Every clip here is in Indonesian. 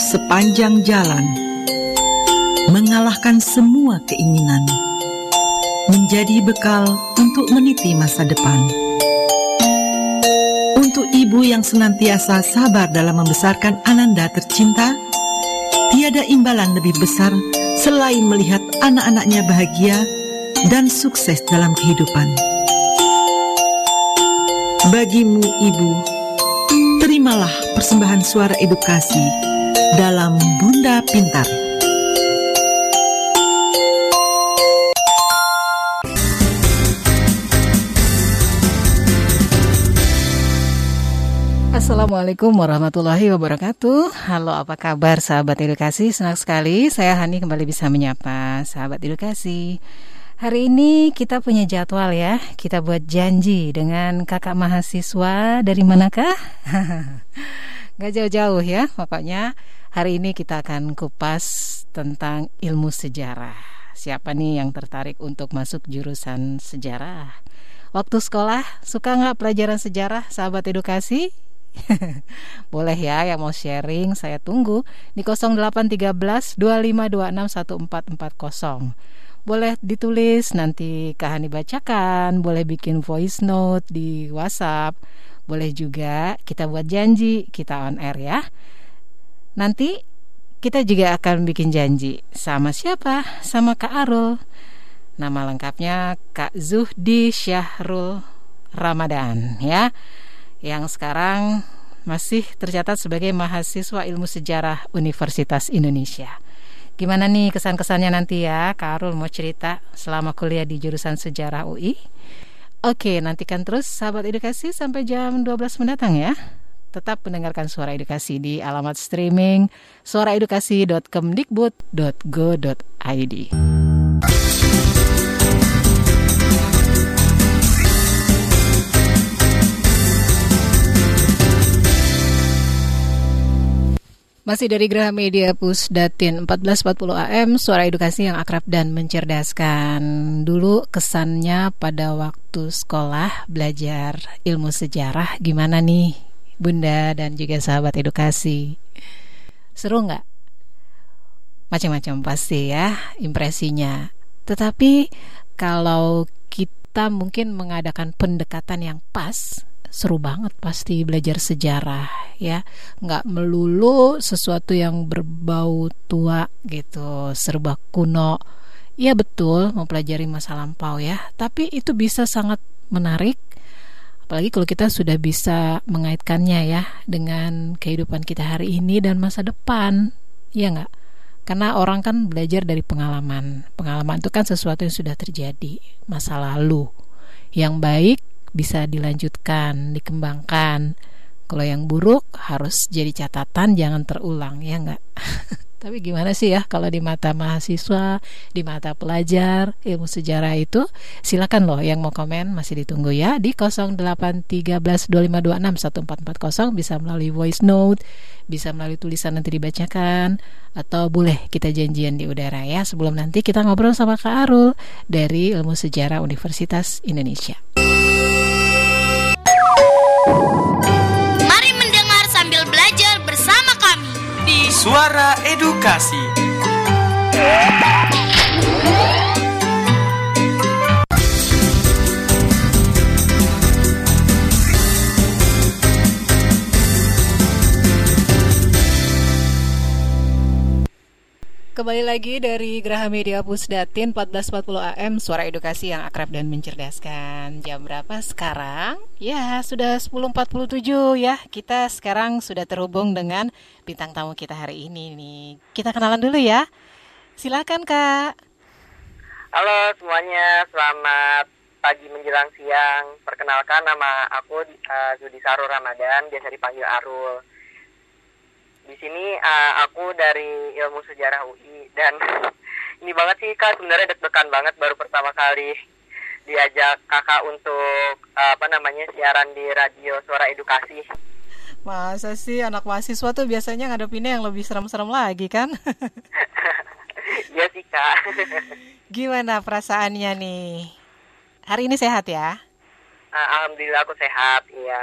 sepanjang jalan, mengalahkan semua keinginan, menjadi bekal untuk meniti masa depan. Untuk ibu yang senantiasa sabar dalam membesarkan Ananda tercinta, tiada imbalan lebih besar selain melihat anak-anaknya bahagia dan sukses dalam kehidupan. Bagimu ibu, terimalah persembahan suara edukasi dalam Bunda Pintar. Assalamualaikum warahmatullahi wabarakatuh. Halo, apa kabar sahabat edukasi? Senang sekali saya Hani kembali bisa menyapa sahabat edukasi. Hari ini kita punya jadwal ya. Kita buat janji dengan kakak mahasiswa dari manakah? Gak jauh-jauh ya. Pokoknya hari ini kita akan kupas tentang ilmu sejarah. Siapa nih yang tertarik untuk masuk jurusan sejarah? Waktu sekolah suka gak pelajaran sejarah sahabat edukasi? Boleh ya yang mau sharing, saya tunggu di 0813 2526 1440. Boleh ditulis, nanti Kak Hani bacakan. Boleh bikin voice note di WhatsApp. Boleh juga kita buat janji, kita on air ya. Nanti kita juga akan bikin janji. Sama siapa? Sama Kak Arul. Nama lengkapnya Kak Zuhdi Syahrul Ramadan ya, yang sekarang masih tercatat sebagai mahasiswa ilmu sejarah Universitas Indonesia. Gimana nih kesan-kesannya nanti ya? Kak Arul mau cerita selama kuliah di jurusan sejarah UI. Oke, nantikan terus sahabat edukasi sampai jam 12 mendatang ya. Tetap mendengarkan Suara Edukasi di alamat streaming suaraedukasi.kemdikbud.go.id. Masih dari Graha Media Pusdatin 1440 AM, Suara Edukasi yang akrab dan mencerdaskan. Dulu kesannya pada waktu sekolah belajar ilmu sejarah gimana nih Bunda dan juga sahabat edukasi? Seru gak? Macam-macam pasti ya impresinya. Tetapi kalau kita mungkin mengadakan pendekatan yang pas, seru banget pasti belajar sejarah ya. Nggak melulu sesuatu yang berbau tua gitu, serba kuno. Iya betul, mempelajari masa lampau ya, tapi itu bisa sangat menarik. Apalagi kalau kita sudah bisa mengaitkannya ya dengan kehidupan kita hari ini dan masa depan. Iya nggak? Karena orang kan belajar dari pengalaman. Pengalaman itu kan sesuatu yang sudah terjadi, masa lalu. Yang baik bisa dilanjutkan, dikembangkan. Kalau yang buruk harus jadi catatan, jangan terulang, ya enggak? Tapi gimana sih ya kalau di mata mahasiswa, di mata pelajar ilmu sejarah itu? Silakan loh yang mau komen, masih ditunggu ya di 0813 2526 1440, bisa melalui voice note, bisa melalui tulisan nanti dibacakan, atau boleh kita janjian di udara ya sebelum nanti kita ngobrol sama Kak Arul dari Ilmu Sejarah Universitas Indonesia. Mari mendengar sambil belajar bersama kami di Suara Edukasi. Kembali lagi dari Graha Media Pusdatin 1440 AM, Suara Edukasi yang akrab dan mencerdaskan. Jam berapa sekarang? Ya, sudah 10.47 ya. Kita sekarang sudah terhubung dengan bintang tamu kita hari ini nih. Kita kenalan dulu ya. Silakan Kak. Halo semuanya, selamat pagi menjelang siang. Perkenalkan, nama aku Zuhdi Syahrul Ramadan, biasa dipanggil Arul. Di sini aku dari Ilmu Sejarah UI dan ini banget sih Kak, sebenarnya deg-degan banget, baru pertama kali diajak Kakak untuk siaran di radio Suara Edukasi. Masa sih anak mahasiswa tuh biasanya ngadepinnya yang lebih serem-serem lagi kan? Iya sih Kak. Gimana perasaannya nih? Hari ini sehat ya? Alhamdulillah aku sehat, iya.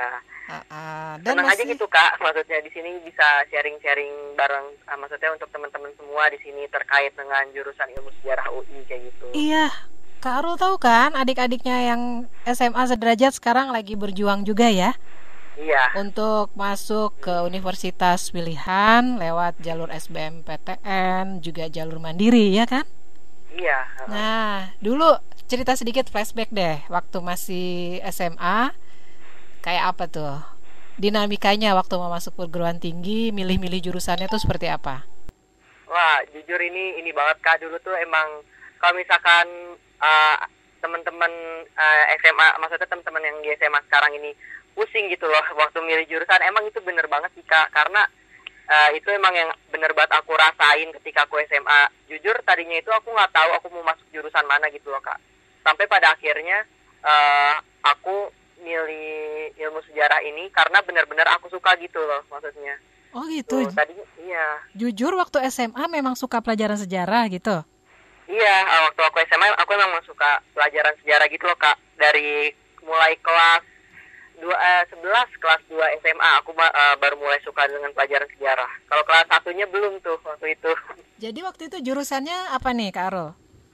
Dan senang aja gitu Kak, maksudnya di sini bisa sharing-sharing bareng, maksudnya untuk teman-teman semua di sini terkait dengan jurusan ilmu sejarah UI kayak gitu. Iya, Kak Arul tahu kan adik-adiknya yang SMA sederajat sekarang lagi berjuang juga ya Iya. untuk masuk ke universitas pilihan lewat jalur SBMPTN, juga jalur mandiri ya kan? Iya. Nah, dulu cerita sedikit flashback deh, waktu masih SMA, kayak apa tuh? Dinamikanya waktu mau masuk perguruan tinggi, milih-milih jurusannya tuh seperti apa? Wah, jujur ini banget Kak, dulu tuh emang kalau misalkan teman-teman SMA, maksudnya teman-teman yang di SMA sekarang ini pusing gitu loh waktu milih jurusan, emang itu bener banget sih Kak, karena itu emang yang bener banget aku rasain ketika aku SMA. Jujur tadinya itu aku nggak tahu aku mau masuk jurusan mana gitu loh Kak. Sampai pada akhirnya aku milih ilmu sejarah ini karena benar-benar aku suka gitu loh maksudnya. Oh gitu. Tadinya iya. Jujur waktu SMA memang suka pelajaran sejarah gitu? Iya, waktu aku SMA aku memang suka pelajaran sejarah gitu loh Kak. Dari mulai kelas 11, kelas 2 SMA aku baru mulai suka dengan pelajaran sejarah. Kalau kelas 1-nya belum tuh waktu itu. Jadi waktu itu jurusannya apa nih Kak Arul?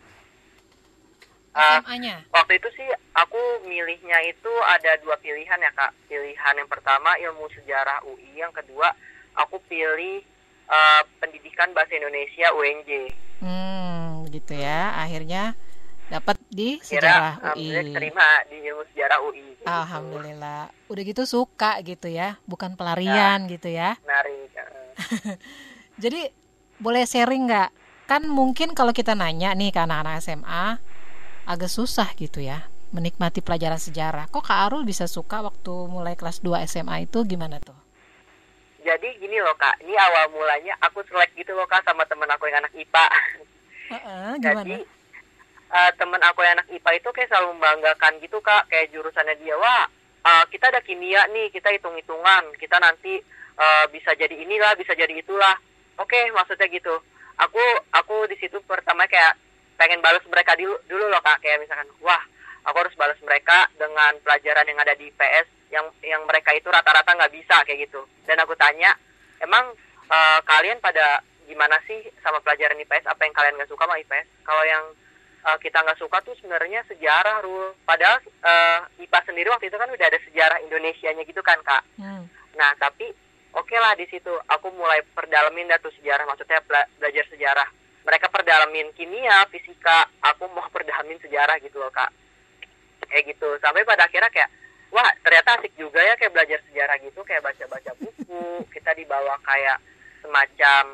SMA-nya? Waktu itu sih aku milihnya itu ada 2 pilihan ya Kak. Pilihan yang pertama ilmu sejarah UI, yang kedua aku pilih pendidikan bahasa Indonesia UNJ. Gitu ya. Akhirnya dapat di sejarah UI. Terima di ilmu sejarah UI. Gitu. Alhamdulillah. Udah gitu suka gitu ya, bukan pelarian gitu ya. Menarik. Jadi boleh sharing nggak? Kan mungkin kalau kita nanya nih ke anak-anak SMA, agak susah gitu ya menikmati pelajaran sejarah. Kok Kak Arul bisa suka waktu mulai kelas 2 SMA itu, gimana tuh? Jadi gini loh Kak, ini awal mulanya aku selek gitu loh Kak sama temen aku yang anak IPA. Gimana? Jadi temen aku yang anak IPA itu kayak selalu membanggakan gitu Kak, kayak jurusannya dia, wah kita ada kimia nih, kita hitung-hitungan, kita nanti bisa jadi inilah, bisa jadi itulah. Oke, maksudnya gitu. Aku di situ pertama kayak pengen balas mereka dulu loh Kak, kayak misalkan, wah aku harus balas mereka dengan pelajaran yang ada di IPS yang mereka itu rata-rata nggak bisa kayak gitu. Dan aku tanya, emang kalian pada gimana sih sama pelajaran IPS? Apa yang kalian nggak suka sama IPS? Kalau yang kita nggak suka tuh sebenarnya sejarah, Rul. Padahal IPA sendiri waktu itu kan udah ada sejarah Indonesianya gitu kan Kak. Nah tapi oke lah di situ aku mulai perdalamin dah tuh sejarah, maksudnya belajar sejarah. Mereka perdalamin kimia, fisika, aku mau perdalamin sejarah gitu loh Kak. Kayak gitu, sampai pada akhirnya kayak, wah ternyata asik juga ya kayak belajar sejarah gitu, kayak baca-baca buku, kita dibawa kayak semacam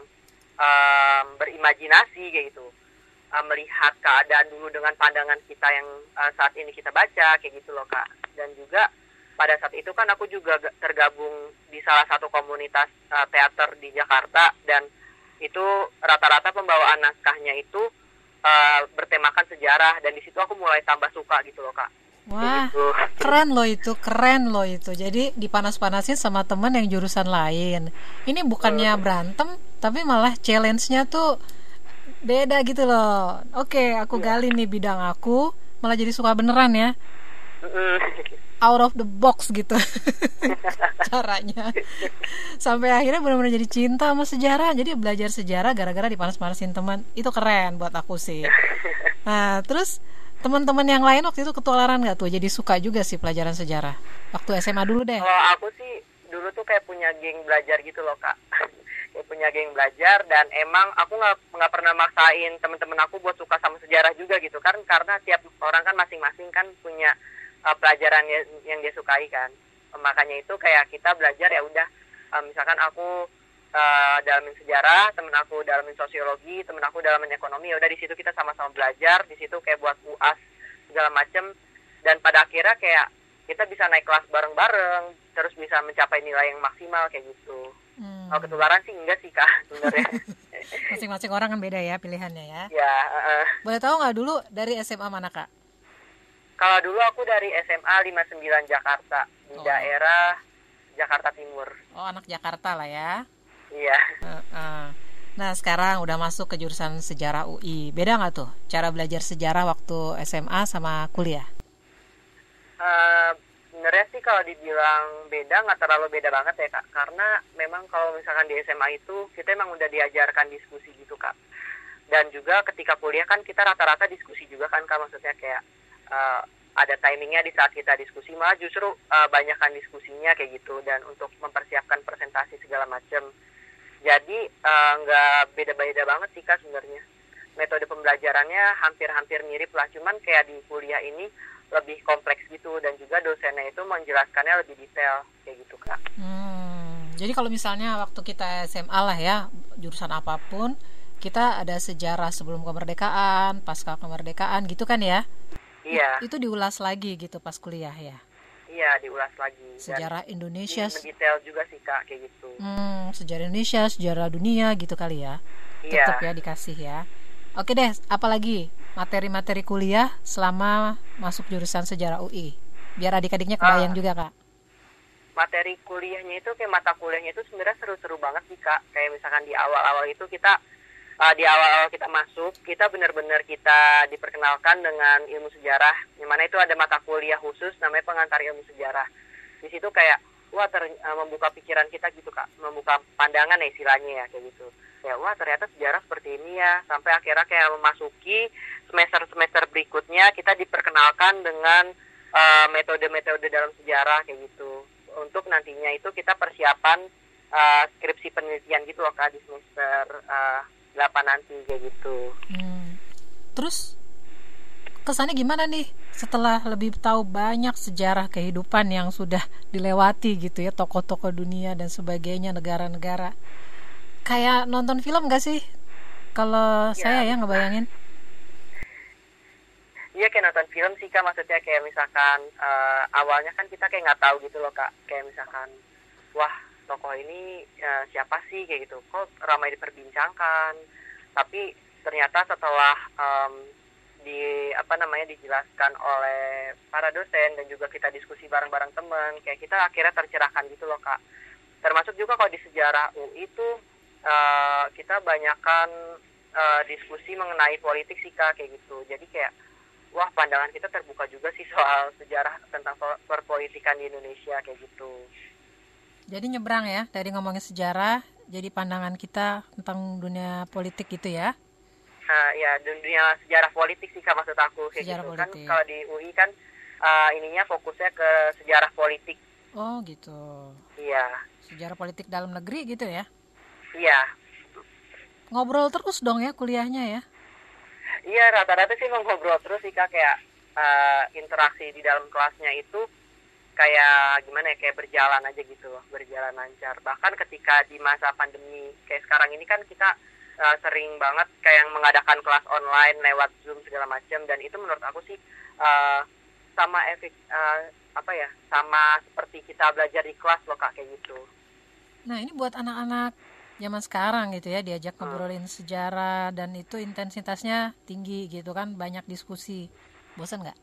berimajinasi kayak gitu, melihat keadaan dulu dengan pandangan kita yang saat ini kita baca kayak gitu loh Kak. Dan juga pada saat itu kan aku juga tergabung di salah satu komunitas teater di Jakarta, dan itu rata-rata pembawaan naskahnya itu bertemakan sejarah, dan di situ aku mulai tambah suka gitu loh Kak. Wah, gitu. keren loh itu. Jadi dipanas-panasin sama teman yang jurusan lain. Ini bukannya berantem, tapi malah challenge-nya tuh beda gitu loh. Oke, aku gali nih bidang aku, malah jadi suka beneran ya. Out of the box gitu caranya. Sampai akhirnya benar-benar jadi cinta sama sejarah. Jadi belajar sejarah gara-gara dipanas-panasin teman. Itu keren buat aku sih. Nah, terus teman-teman yang lain waktu itu ketularan gak tuh? Jadi suka juga sih pelajaran sejarah waktu SMA dulu deh. Kalau aku sih dulu tuh kayak punya geng belajar gitu loh Kak. Kayak punya geng belajar, dan emang aku nggak pernah maksain teman-teman aku buat suka sama sejarah juga gitu kan, karena tiap orang kan masing-masing kan punya pelajaran yang dia sukai kan. Makanya itu kayak kita belajar ya udah, misalkan aku dalamin sejarah, temen aku dalamin sosiologi, temen aku dalamin ekonomi, ya udah di situ kita sama-sama belajar, di situ kayak buat UAS segala macem, dan pada akhirnya kayak kita bisa naik kelas bareng-bareng, terus bisa mencapai nilai yang maksimal kayak gitu. Kalau ketularan sih enggak sih Kak sebenarnya. Masing-masing orang kan beda ya pilihannya ya. Ya. Boleh tahu nggak dulu dari SMA mana Kak? Kalau dulu aku dari SMA 59 Jakarta, di daerah Jakarta Timur. Oh, anak Jakarta lah ya. Iya. Nah, sekarang udah masuk ke jurusan sejarah UI. Beda nggak tuh cara belajar sejarah waktu SMA sama kuliah? sebenarnya sih kalau dibilang beda nggak terlalu beda banget ya Kak, karena memang kalau misalkan di SMA itu kita emang udah diajarkan diskusi gitu Kak, dan juga ketika kuliah kan kita rata-rata diskusi juga kan Kak, maksudnya kayak ada timingnya di saat kita diskusi, malah justru banyakkan diskusinya kayak gitu, dan untuk mempersiapkan presentasi segala macam. Jadi nggak beda-beda banget sih Kak sebenarnya. Metode pembelajarannya hampir-hampir mirip lah, cuman kayak di kuliah ini lebih kompleks gitu, dan juga dosennya itu menjelaskannya lebih detail kayak gitu Kak. Jadi kalau misalnya waktu kita SMA lah ya, jurusan apapun, kita ada sejarah sebelum kemerdekaan, pasca kemerdekaan gitu kan ya? Iya. Itu diulas lagi gitu pas kuliah ya? Iya, diulas lagi. Sejarah dan Indonesia. Mendetail juga sih Kak kayak gitu. Sejarah Indonesia, sejarah dunia gitu kali ya? Iya. Tetap ya dikasih ya. Oke deh, apalagi materi-materi kuliah selama masuk jurusan sejarah UI, biar adik-adiknya kebayang juga Kak. Materi kuliahnya itu kayak mata kuliahnya itu sebenarnya seru-seru banget sih Kak. Kayak misalkan di awal-awal itu kita di awal-awal kita masuk, kita benar-benar kita diperkenalkan dengan ilmu sejarah, yang mana itu ada mata kuliah khusus namanya pengantar ilmu sejarah. Di situ kayak membuka pikiran kita gitu Kak, membuka pandangan ya istilahnya ya kayak gitu. Ya wah ternyata sejarah seperti ini ya, sampai akhirnya kayak memasuki semester-semester berikutnya kita diperkenalkan dengan metode-metode dalam sejarah kayak gitu. Untuk nantinya itu kita persiapan skripsi penelitian gitu loh Kak di semester 8 nanti kayak gitu. Terus kesannya gimana nih setelah lebih tahu banyak sejarah kehidupan yang sudah dilewati gitu ya, tokoh-tokoh dunia dan sebagainya, negara-negara? Kayak nonton film gak sih? Kalau saya ya ngebayangin. Iya kayak nonton film sih Kak, maksudnya kayak misalkan awalnya kan kita kayak nggak tahu gitu loh Kak, kayak misalkan wah tokoh ini siapa sih kayak gitu, kok ramai diperbincangkan. Tapi ternyata setelah dijelaskan oleh para dosen dan juga kita diskusi bareng-bareng teman, kayak kita akhirnya tercerahkan gitu loh Kak. Termasuk juga kalau di sejarah UI itu kita banyakkan diskusi mengenai politik sih Kak kayak gitu. Jadi kayak wah pandangan kita terbuka juga sih soal sejarah tentang perpolitikan di Indonesia kayak gitu. Jadi nyebrang ya, dari ngomongin sejarah, jadi pandangan kita tentang dunia politik gitu ya? Ya, dunia sejarah politik sih Kak maksud aku kayak sejarah gitu politik. Kan. Kalau di UI kan ininya fokusnya ke sejarah politik. Oh gitu. Iya. Sejarah politik dalam negeri gitu ya? Iya. Ngobrol terus dong ya kuliahnya ya? Iya, rata-rata sih ngobrol terus sih Kak, kayak interaksi di dalam kelasnya itu kayak gimana ya, kayak berjalan aja gitu loh, berjalan lancar. Bahkan ketika di masa pandemi kayak sekarang ini kan kita sering banget kayak yang mengadakan kelas online lewat Zoom segala macam, dan itu menurut aku sih sama sama seperti kita belajar di kelas loh Kak kayak gitu. Nah ini buat anak-anak zaman sekarang gitu ya, diajak ngobrolin sejarah dan itu intensitasnya tinggi gitu kan, banyak diskusi. Bosan nggak?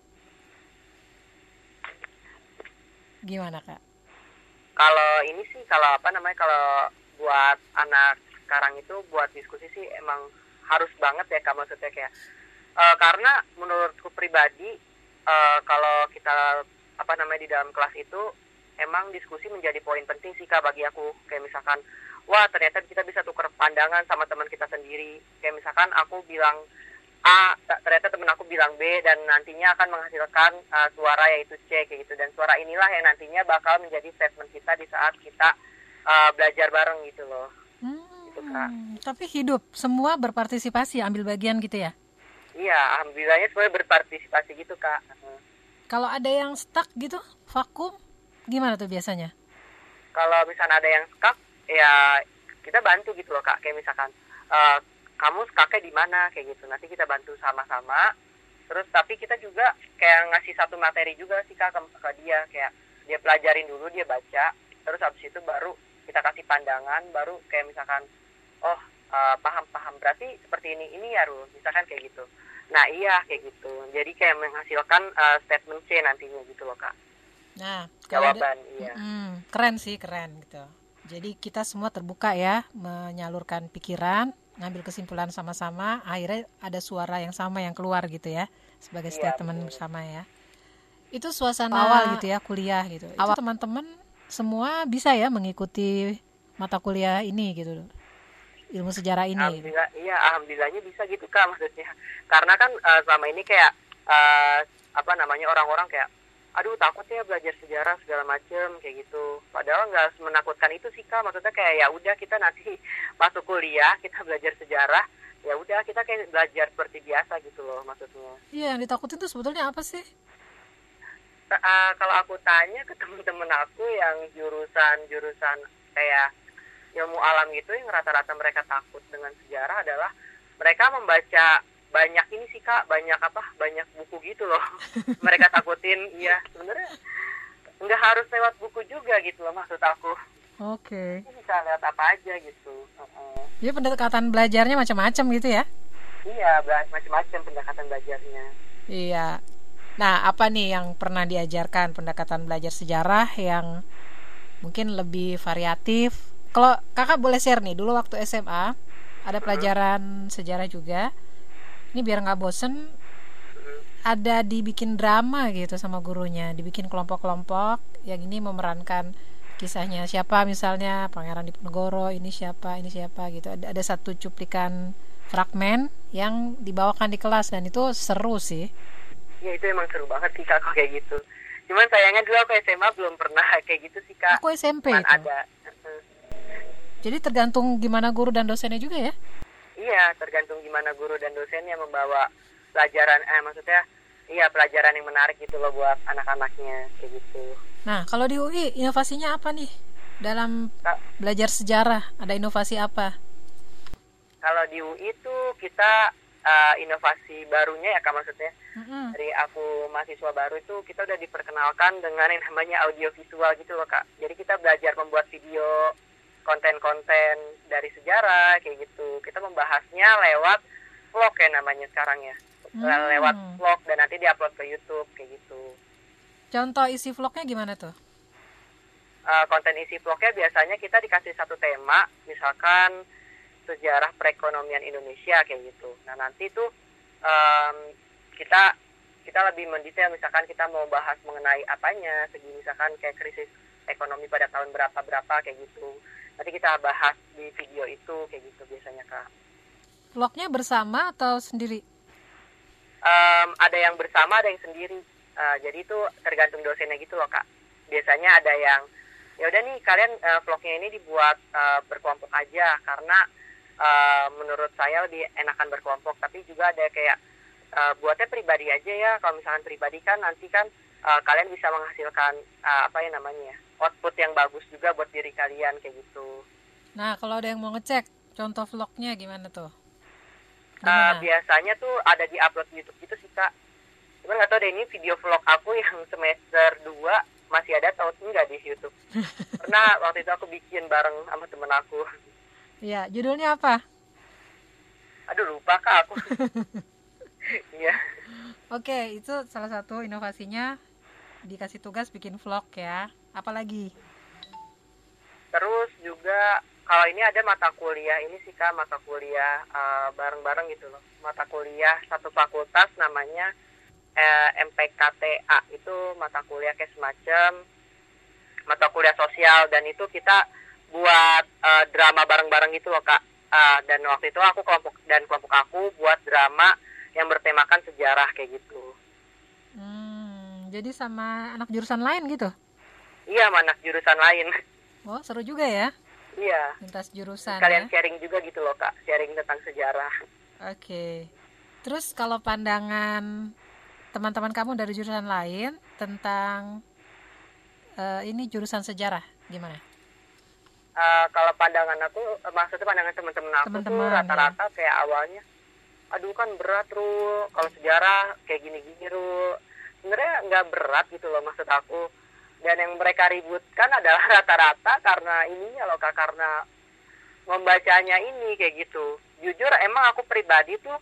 Gimana Kak? Kalau ini sih kalau buat anak sekarang itu buat diskusi sih emang harus banget ya Kak, maksudnya kayak karena menurutku pribadi kalau kita di dalam kelas itu emang diskusi menjadi poin penting sih Kak bagi aku. Kayak misalkan wah ternyata kita bisa tukar pandangan sama teman kita sendiri. Kayak misalkan aku bilang A, ternyata teman aku bilang B, dan nantinya akan menghasilkan suara yaitu C kayak gitu. Dan suara inilah yang nantinya bakal menjadi statement kita di saat kita belajar bareng gitu loh. Gitu, Kak. Tapi hidup semua berpartisipasi, ambil bagian gitu ya? Iya, alhamdulillahnya semuanya berpartisipasi gitu Kak. Kalau ada yang stuck gitu, vakum, gimana tuh biasanya? Kalau misalnya ada yang stuck, ya kita bantu gitu loh Kak. Kayak misalkan kamu stucknya di mana kayak gitu, nanti kita bantu sama-sama. Terus tapi kita juga kayak ngasih satu materi juga sih Kak ke dia, kayak dia pelajarin dulu, dia baca, terus habis itu baru kita kasih pandangan, baru kayak misalkan paham berarti seperti ini ya Rul, misalkan kayak gitu. Nah iya kayak gitu, jadi kayak menghasilkan statement C nantinya gitu loh Kak. Nah jawaban iya. Keren gitu. Jadi kita semua terbuka ya, menyalurkan pikiran, ngambil kesimpulan sama-sama, akhirnya ada suara yang sama yang keluar gitu ya, sebagai statement bersama ya. Itu suasana awal gitu ya, kuliah gitu. Itu teman-teman semua bisa ya mengikuti mata kuliah ini gitu, ilmu sejarah ini. Alhamdulillah, iya, alhamdulillahnya bisa gitu Kak, maksudnya. Karena kan selama ini kayak orang-orang kayak aduh takut ya belajar sejarah segala macem kayak gitu. Padahal nggak menakutkan itu sih Kak, maksudnya kayak ya udah kita nanti masuk kuliah kita belajar sejarah, ya udah kita kayak belajar seperti biasa gitu loh maksudnya. Iya, yang ditakutin tuh sebetulnya apa sih? Kalau aku tanya ke temen-temen aku yang jurusan kayak ilmu alam gitu, yang rata-rata mereka takut dengan sejarah adalah mereka membaca banyak ini sih Kak, banyak buku gitu loh. Mereka takutin, iya sebenarnya nggak harus lewat buku juga gitu loh maksud aku. Oke. Bisa lewat apa aja gitu. Jadi pendekatan belajarnya macam-macam gitu ya? Iya, macam-macam pendekatan belajarnya. Iya. Nah, apa nih yang pernah diajarkan pendekatan belajar sejarah yang mungkin lebih variatif? Kalau kakak boleh share nih, dulu waktu SMA ada pelajaran sejarah juga. Ini biar nggak bosen, ada dibikin drama gitu sama gurunya, dibikin kelompok-kelompok. Yang ini memerankan kisahnya siapa, misalnya Pangeran Diponegoro, ini siapa gitu. Ada satu cuplikan fragmen yang dibawakan di kelas dan itu seru sih. Ya itu emang seru banget sih Kak kayak gitu. Cuman sayangnya dulu aku SMA belum pernah kayak gitu sih Kak. Aku SMP cuman itu. Ada. Jadi tergantung gimana guru dan dosennya juga ya? Iya, tergantung gimana guru dan dosennya membawa pelajaran, pelajaran yang menarik gitu loh buat anak-anaknya kayak gitu. Nah, kalau di UI inovasinya apa nih dalam belajar sejarah? Ada inovasi apa? Kalau di UI itu kita inovasi barunya ya Kak, maksudnya dari aku mahasiswa baru itu kita udah diperkenalkan dengan yang namanya audiovisual gitu loh Kak. Jadi kita belajar membuat video, konten-konten dari sejarah kayak gitu. Kita membahasnya lewat vlog ya namanya sekarang ya. Lewat vlog dan nanti diupload ke YouTube kayak gitu. Contoh isi vlognya gimana tuh? Konten isi vlognya biasanya kita dikasih satu tema, misalkan sejarah perekonomian Indonesia kayak gitu. Nah nanti tuh kita lebih mendetail, misalkan kita mau bahas mengenai apanya, segi misalkan kayak krisis ekonomi pada tahun berapa kayak gitu. Nanti kita bahas di video itu kayak gitu biasanya Kak. Vlognya bersama atau sendiri? Ada yang bersama, ada yang sendiri. Jadi itu tergantung dosennya gitu loh Kak. Biasanya ada yang ya udah nih kalian vlognya ini dibuat berkelompok aja karena menurut saya lebih enakan berkelompok. Tapi juga ada kayak buatnya pribadi aja ya. Kalau misalkan pribadi kan nanti kan kalian bisa menghasilkan output yang bagus juga buat diri kalian kayak gitu. Nah kalau ada yang mau ngecek contoh vlognya gimana tuh? Biasanya tuh ada di upload YouTube gitu sih Kak. Cuman nggak tahu deh ini video vlog aku yang semester 2 masih ada atau enggak di YouTube. Karena waktu itu aku bikin bareng sama temen aku. Iya, judulnya apa? Aduh lupa Kak aku. Iya. Oke, itu salah satu inovasinya, dikasih tugas bikin vlog ya. Apalagi? Terus juga kalau ini ada mata kuliah ini sih Kak, mata kuliah bareng-bareng gitu loh. Mata kuliah satu fakultas namanya MPKTA, itu mata kuliah kayak semacam mata kuliah sosial, dan itu kita buat drama bareng-bareng gitu loh Kak. Dan waktu itu kelompok aku buat drama yang bertemakan sejarah kayak gitu. Jadi sama anak jurusan lain gitu? Iya, sama anak jurusan lain. Oh, seru juga ya? Iya. Lintas jurusan. Kalian ya? Sharing juga gitu loh Kak, sharing tentang sejarah. Oke. Terus kalau pandangan teman-teman kamu dari jurusan lain tentang ini jurusan sejarah gimana? Kalau pandangan aku, maksudnya pandangan teman-teman aku tuh rata-rata ya. Kayak awalnya, aduh kan berat Ru, kalau sejarah kayak gini-gini Ru. Sebenarnya nggak berat gitu loh maksud aku. Dan yang mereka ributkan adalah rata-rata karena ininya loh Kak, karena membacanya ini kayak gitu. Jujur emang aku pribadi tuh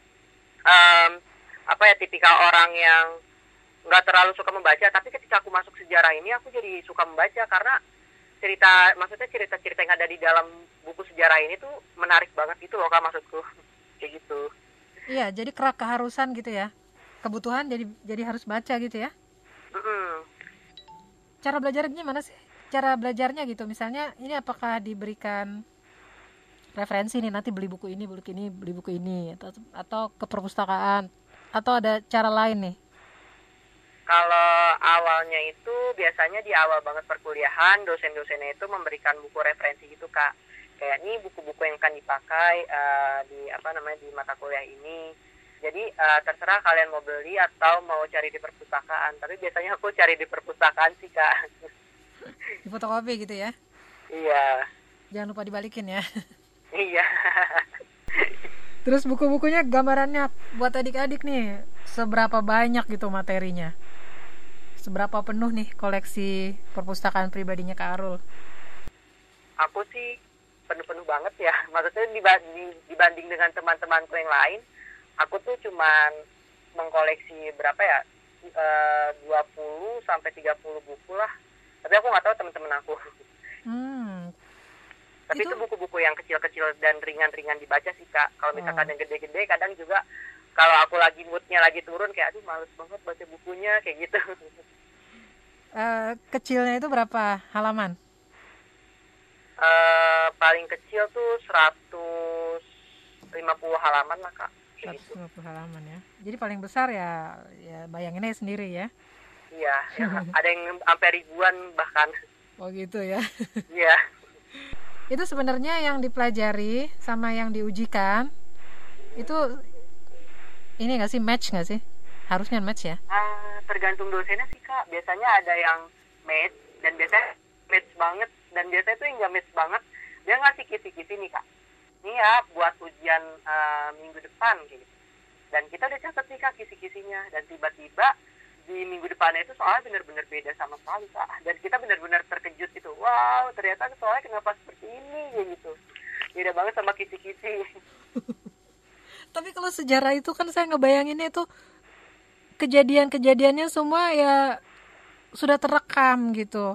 tipikal orang yang nggak terlalu suka membaca, tapi ketika aku masuk sejarah ini aku jadi suka membaca karena cerita-cerita yang ada di dalam buku sejarah ini tuh menarik banget gitu loh Kak, maksudku kayak gitu. Iya, jadi keharusan gitu ya, kebutuhan jadi harus baca gitu ya. Mm-mm. Cara belajarnya gimana sih? Cara belajarnya gitu, misalnya ini apakah diberikan referensi nih, nanti beli buku ini, beli buku ini, atau ke perpustakaan, atau ada cara lain nih? Kalau awalnya itu biasanya di awal banget perkuliahan, dosen-dosennya itu memberikan buku referensi gitu Kak. Kayak ini buku-buku yang akan dipakai di mata kuliah ini. Jadi terserah kalian mau beli atau mau cari di perpustakaan. Tapi biasanya aku cari di perpustakaan sih Kak. Di fotokopi gitu ya? Iya. Jangan lupa dibalikin ya. Iya. Terus buku-bukunya gambarannya buat adik-adik nih, seberapa banyak gitu materinya? Seberapa penuh nih koleksi perpustakaan pribadinya Kak Arul? Aku sih penuh-penuh banget ya. Maksudnya dibanding dengan teman-temanku yang lain, aku tuh cuman mengkoleksi berapa ya? 20 sampai 30 buku lah. Tapi aku nggak tahu teman-teman aku. Tapi itu buku-buku yang kecil-kecil dan ringan-ringan dibaca sih Kak. Kalau misalkan yang gede-gede, kadang juga kalau aku lagi moodnya lagi turun, kayak aduh males banget baca bukunya, kayak gitu. Kecilnya itu berapa halaman? Paling kecil tuh 150 halaman lah Kak. 150 halaman ya. Jadi paling besar ya bayanginnya sendiri ya. Iya, ada yang sampai ribuan bahkan. Oh gitu ya. Iya. Itu sebenarnya yang dipelajari sama yang diujikan itu ini nggak sih, match nggak sih? Harusnya match ya? Tergantung dosennya sih Kak. Biasanya ada yang match dan biasanya match banget, dan biasanya tuh yang nggak match banget dia ngasih kisi-kisi nih Kak. Ini ya buat ujian minggu depan gitu. Dan kita udah catat nih Kak kisi-kisinya, dan tiba-tiba di minggu depannya itu soalnya benar-benar beda sama sekali Kak. Dan kita benar-benar terkejut gitu. Wow, ternyata soalnya kenapa seperti ini gitu. Beda banget sama kisi-kisi. Tapi kalau sejarah itu kan saya ngebayanginnya itu kejadian-kejadiannya semua ya sudah terekam gitu.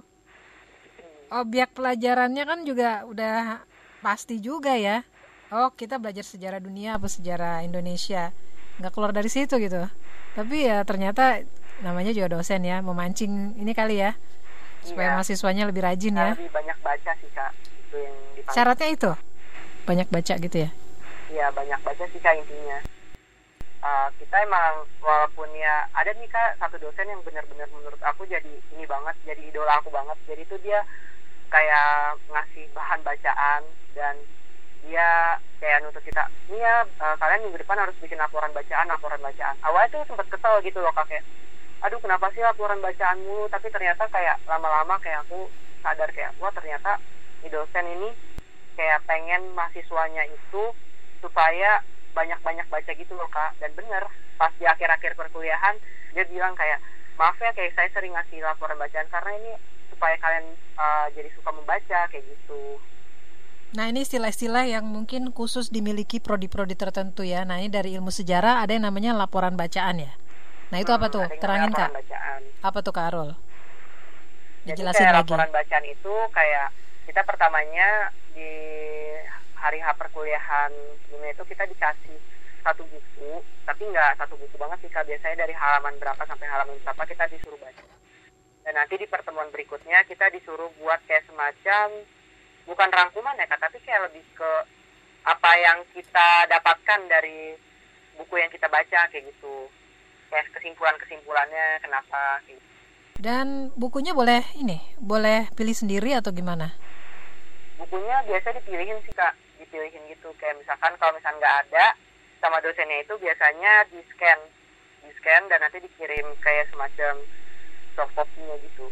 Objek pelajarannya kan juga udah pasti juga ya. Oh, kita belajar sejarah dunia apa sejarah Indonesia. Nggak keluar dari situ gitu. Tapi ya ternyata namanya juga dosen ya, memancing ini kali ya, supaya mahasiswanya lebih rajin ya. Lebih banyak baca sih Kak, itu yang dipanggil. Syaratnya itu banyak baca gitu ya? Iya, banyak baca sih Kak intinya. Kita emang walaupun ya ada nih Kak satu dosen yang benar-benar menurut aku jadi ini banget, jadi idola aku banget. Jadi itu dia kayak ngasih bahan bacaan, dan dia kayak nuntut kita, nih ya kalian minggu depan harus bikin laporan bacaan. Awalnya tuh sempat kesel gitu loh Kak, kayak aduh kenapa sih laporan bacaanmu, tapi ternyata kayak lama-lama kayak aku sadar kayak wah ternyata di dosen ini kayak pengen mahasiswanya itu supaya banyak-banyak baca gitu loh Kak. Dan bener pas di akhir-akhir perkuliahan dia bilang kayak maaf ya kayak saya sering ngasih laporan bacaan karena ini supaya kalian jadi suka membaca kayak gitu. Nah ini istilah-istilah yang mungkin khusus dimiliki prodi-prodi tertentu ya. Nah ini dari ilmu sejarah ada yang namanya laporan bacaan ya. Nah itu apa tuh? Terangin Kak. Bacaan. Apa tuh Kak Arul? Dijelasin lagi. Laporan bacaan itu kayak kita pertamanya di hari H perkuliahan sebelumnya itu kita dikasih satu buku, tapi nggak satu buku banget sih Kak. Biasanya dari halaman berapa sampai halaman berapa kita disuruh baca. Dan nanti di pertemuan berikutnya kita disuruh buat kayak semacam, bukan rangkuman ya Kak, tapi kayak lebih ke apa yang kita dapatkan dari buku yang kita baca kayak gitu. Kayak kesimpulannya kenapa gitu. Dan bukunya boleh pilih sendiri atau gimana? Bukunya biasa dipilihin sih Kak, dipilihin gitu. Kayak misalkan kalau misalkan nggak ada sama dosennya itu biasanya di scan dan nanti dikirim kayak semacam soft copy-nya gitu.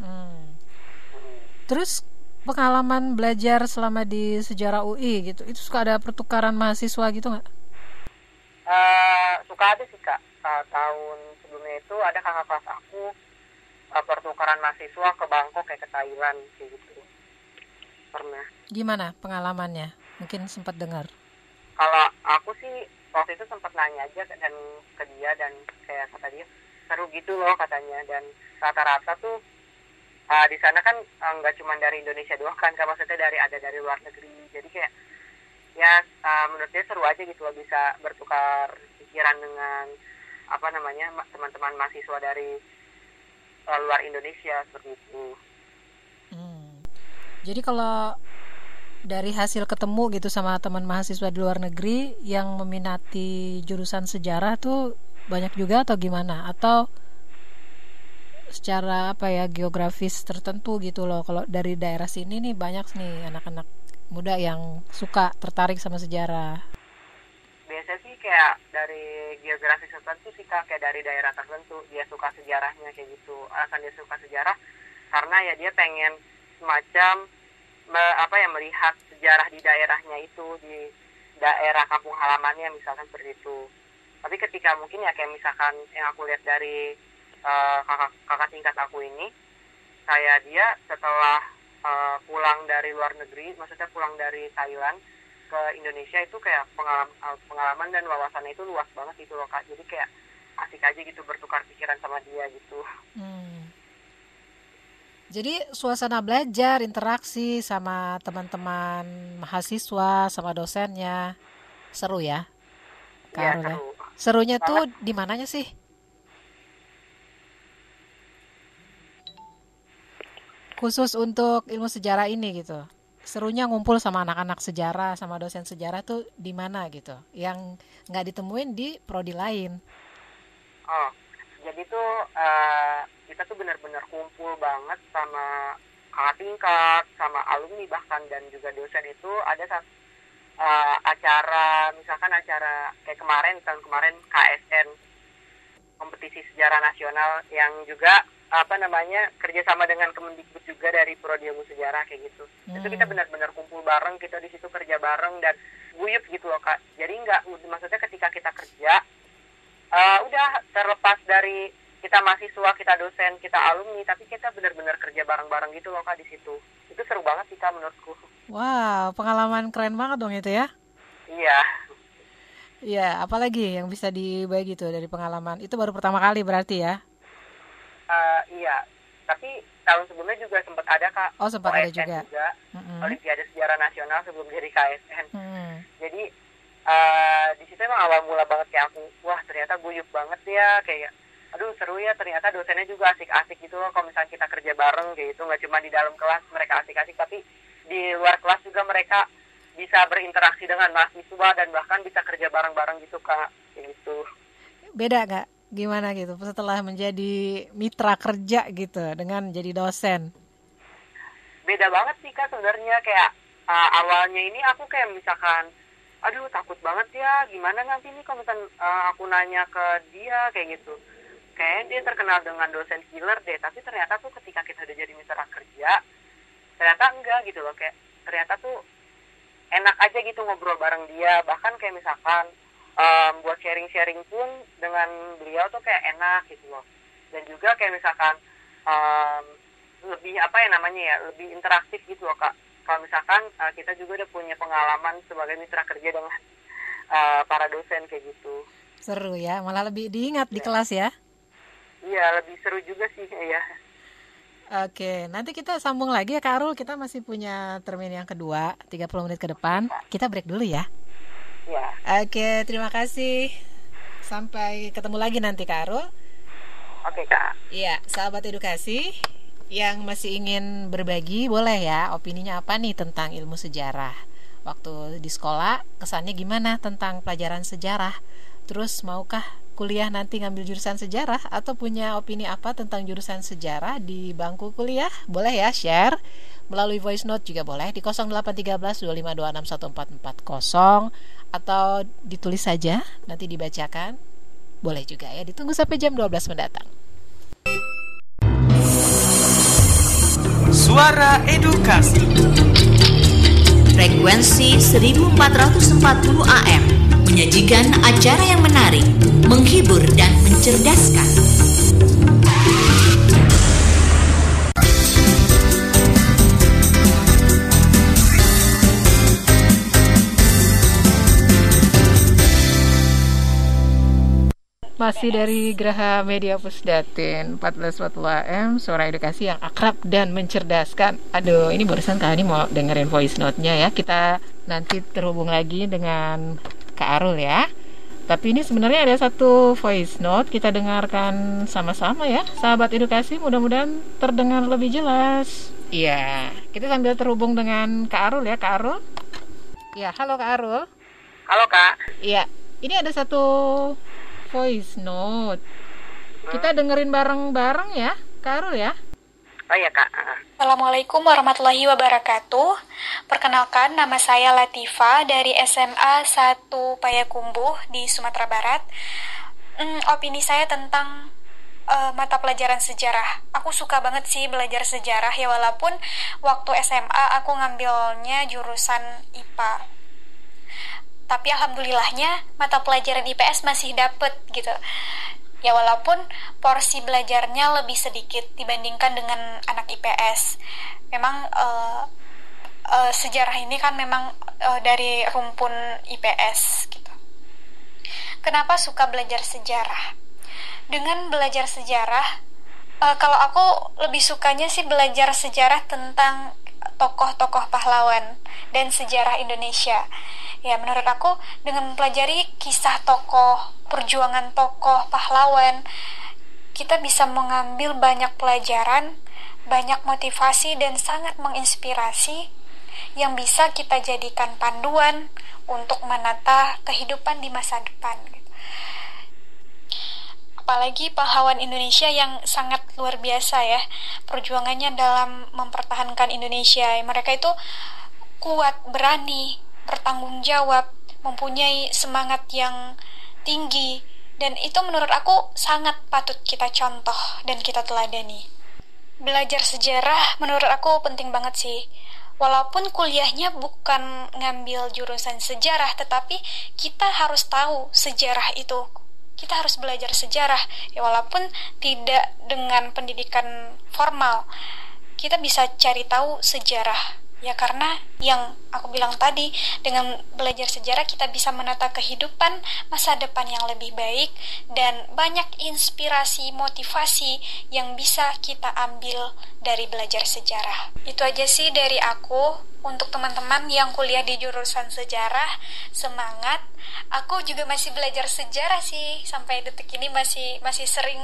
Terus pengalaman belajar selama di sejarah UI gitu, itu suka ada pertukaran mahasiswa gitu nggak? Suka ada sih Kak. Tahun sebelumnya itu ada kakak kelas aku pertukaran mahasiswa ke Bangkok kayak ke Thailand kayak gitu. Pernah. Gimana pengalamannya? Mungkin sempat dengar. Kalau aku sih waktu itu sempat nanya aja dan ke dia, dan kayak kata dia seru gitu loh katanya. Dan rata-rata tuh di sana kan nggak cuma dari Indonesia doang kan, maksudnya ada dari luar negeri. Jadi kayak ya menurut dia seru aja gitu loh bisa bertukar pikiran dengan teman-teman mahasiswa dari luar Indonesia seperti itu. Jadi kalau dari hasil ketemu gitu sama teman mahasiswa di luar negeri yang meminati jurusan sejarah tuh banyak juga atau gimana? Atau secara geografis tertentu gitu loh. Kalau dari daerah sini nih banyak nih anak-anak muda yang suka tertarik sama sejarah. Biasanya sih kayak dari geografis tertentu sih Kak, kayak dari daerah tertentu dia suka sejarahnya kayak gitu. Alasan dia suka sejarah karena ya dia pengen semacam melihat sejarah di daerahnya itu, di daerah kampung halamannya misalkan seperti itu. Tapi ketika mungkin ya kayak misalkan yang aku lihat dari kakak tingkat aku ini, kayak dia setelah pulang dari luar negeri, maksudnya pulang dari Thailand ke Indonesia itu kayak pengalaman dan wawasannya itu luas banget gitu loh Kak. Jadi kayak asik aja gitu bertukar pikiran sama dia gitu. Jadi suasana belajar, interaksi sama teman-teman mahasiswa, sama dosennya seru ya? Iya, seru. Serunya tuh di mananya sih? Khusus untuk ilmu sejarah ini gitu. Serunya ngumpul sama anak-anak sejarah, sama dosen sejarah tuh di mana gitu? Yang nggak ditemuin di prodi lain. Oh, jadi tuh kita tuh benar-benar kumpul banget sama kakak tingkat, sama alumni bahkan dan juga dosen itu ada acara, misalkan acara kayak tahun kemarin KSN, kompetisi sejarah nasional yang juga kerjasama dengan Kemendikbud juga dari Prodi Ilmu Sejarah kayak gitu. Itu kita benar-benar kumpul bareng, kita di situ kerja bareng dan guyup gitu loh Kak. Jadi maksudnya ketika kita kerja udah terlepas dari kita mahasiswa, kita dosen, kita alumni, tapi kita benar-benar kerja bareng-bareng gitu loh Kak di situ. Itu seru banget sih Kak menurutku. Wow, pengalaman keren banget dong itu ya? Iya. Iya, apalagi yang bisa dibagi gitu dari pengalaman? Itu baru pertama kali berarti ya? Iya, tapi tahun sebelumnya juga sempat ada Kak. Oh, sempat ada juga. Olimpiade Sejarah Nasional sebelum jadi KSN. Jadi di situ emang awal mula banget kayak aku, wah ternyata guyup banget ya, kayak aduh seru ya, ternyata dosennya juga asik-asik gitu loh. Kalau misalnya kita kerja bareng kayak gitu, nggak cuma di dalam kelas mereka asik-asik, tapi di luar kelas juga mereka bisa berinteraksi dengan mahasiswa dan bahkan bisa kerja bareng-bareng gitu Kak, kayak gitu. Beda nggak? Gimana gitu setelah menjadi mitra kerja gitu dengan jadi dosen? Beda banget sih Kak sebenarnya. Kayak awalnya ini aku kayak misalkan aduh takut banget ya, gimana nanti nih kalau misalkan aku nanya ke dia kayak gitu, kayaknya dia terkenal dengan dosen killer deh. Tapi ternyata tuh ketika kita udah jadi mitra kerja, ternyata enggak gitu loh. Kayak ternyata tuh enak aja gitu ngobrol bareng dia. Bahkan kayak misalkan buat sharing-sharing pun dengan beliau tuh kayak enak gitu loh. Dan juga kayak misalkan lebih lebih interaktif gitu loh Kak. Kalau misalkan kita juga udah punya pengalaman sebagai mitra kerja dengan para dosen kayak gitu. Seru ya, malah lebih diingat di kelas ya? Iya, lebih seru juga sih ya. Oke, nanti kita sambung lagi ya Kak Arul. Kita masih punya termin yang kedua, 30 menit ke depan. Kita break dulu ya. Ya. Oke, terima kasih. Sampai ketemu lagi nanti Kak Arul. Oke Kak. Iya, sahabat edukasi yang masih ingin berbagi boleh ya opininya apa nih tentang ilmu sejarah. Waktu di sekolah kesannya gimana tentang pelajaran sejarah? Terus maukah kuliah nanti ngambil jurusan sejarah atau punya opini apa tentang jurusan sejarah di bangku kuliah? Boleh ya share melalui voice note juga boleh di 0813 2526 1440 atau ditulis saja nanti dibacakan. Boleh juga ya, ditunggu sampai jam 12 mendatang. Suara Edukasi. Frekuensi 1440 AM menyajikan acara yang menarik, menghibur dan mencerdaskan. Masih dari Graha Media Pusdatin 1440 AM, suara edukasi yang akrab dan mencerdaskan. Aduh, ini barusan Kak Ani mau dengerin voice note-nya ya. Kita nanti terhubung lagi dengan Kak Arul ya. Tapi ini sebenarnya ada satu voice note, kita dengarkan sama-sama ya, sahabat edukasi, mudah-mudahan terdengar lebih jelas. Iya, kita sambil terhubung dengan Kak Arul ya, Kak Arul. Ya, halo Kak Arul. Halo Kak. Iya, ini ada satu voice note. Kita dengerin bareng-bareng ya, Kak Arul ya. Oh iya Kak. Assalamualaikum warahmatullahi wabarakatuh. Perkenalkan, nama saya Latifa dari SMA 1 Payakumbuh di Sumatera Barat. Opini saya tentang mata pelajaran sejarah. Aku suka banget sih belajar sejarah ya, walaupun waktu SMA aku ngambilnya jurusan IPA. Tapi alhamdulillahnya mata pelajaran IPS masih dapet gitu. Ya walaupun porsi belajarnya lebih sedikit dibandingkan dengan anak IPS. Memang sejarah ini kan memang dari rumpun IPS gitu. Kenapa suka belajar sejarah? Dengan belajar sejarah, kalau aku lebih sukanya sih belajar sejarah tentang tokoh-tokoh pahlawan dan sejarah Indonesia. Ya, menurut aku dengan mempelajari kisah tokoh, perjuangan tokoh pahlawan, kita bisa mengambil banyak pelajaran, banyak motivasi dan sangat menginspirasi yang bisa kita jadikan panduan untuk menata kehidupan di masa depan. Apalagi pahlawan Indonesia yang sangat luar biasa ya, perjuangannya dalam mempertahankan Indonesia. Mereka itu kuat, berani, bertanggung jawab, mempunyai semangat yang tinggi, dan itu menurut aku sangat patut kita contoh dan kita teladani. Belajar sejarah menurut aku penting banget sih. Walaupun kuliahnya bukan ngambil jurusan sejarah, tetapi kita harus tahu sejarah itu. Kita harus belajar sejarah, ya walaupun tidak dengan pendidikan formal. Kita bisa cari tahu sejarah. Ya karena yang aku bilang tadi, dengan belajar sejarah kita bisa menata kehidupan masa depan yang lebih baik dan banyak inspirasi, motivasi yang bisa kita ambil dari belajar sejarah. Itu aja sih dari aku. Untuk teman-teman yang kuliah di jurusan sejarah, semangat. Aku juga masih belajar sejarah sih, sampai detik ini masih sering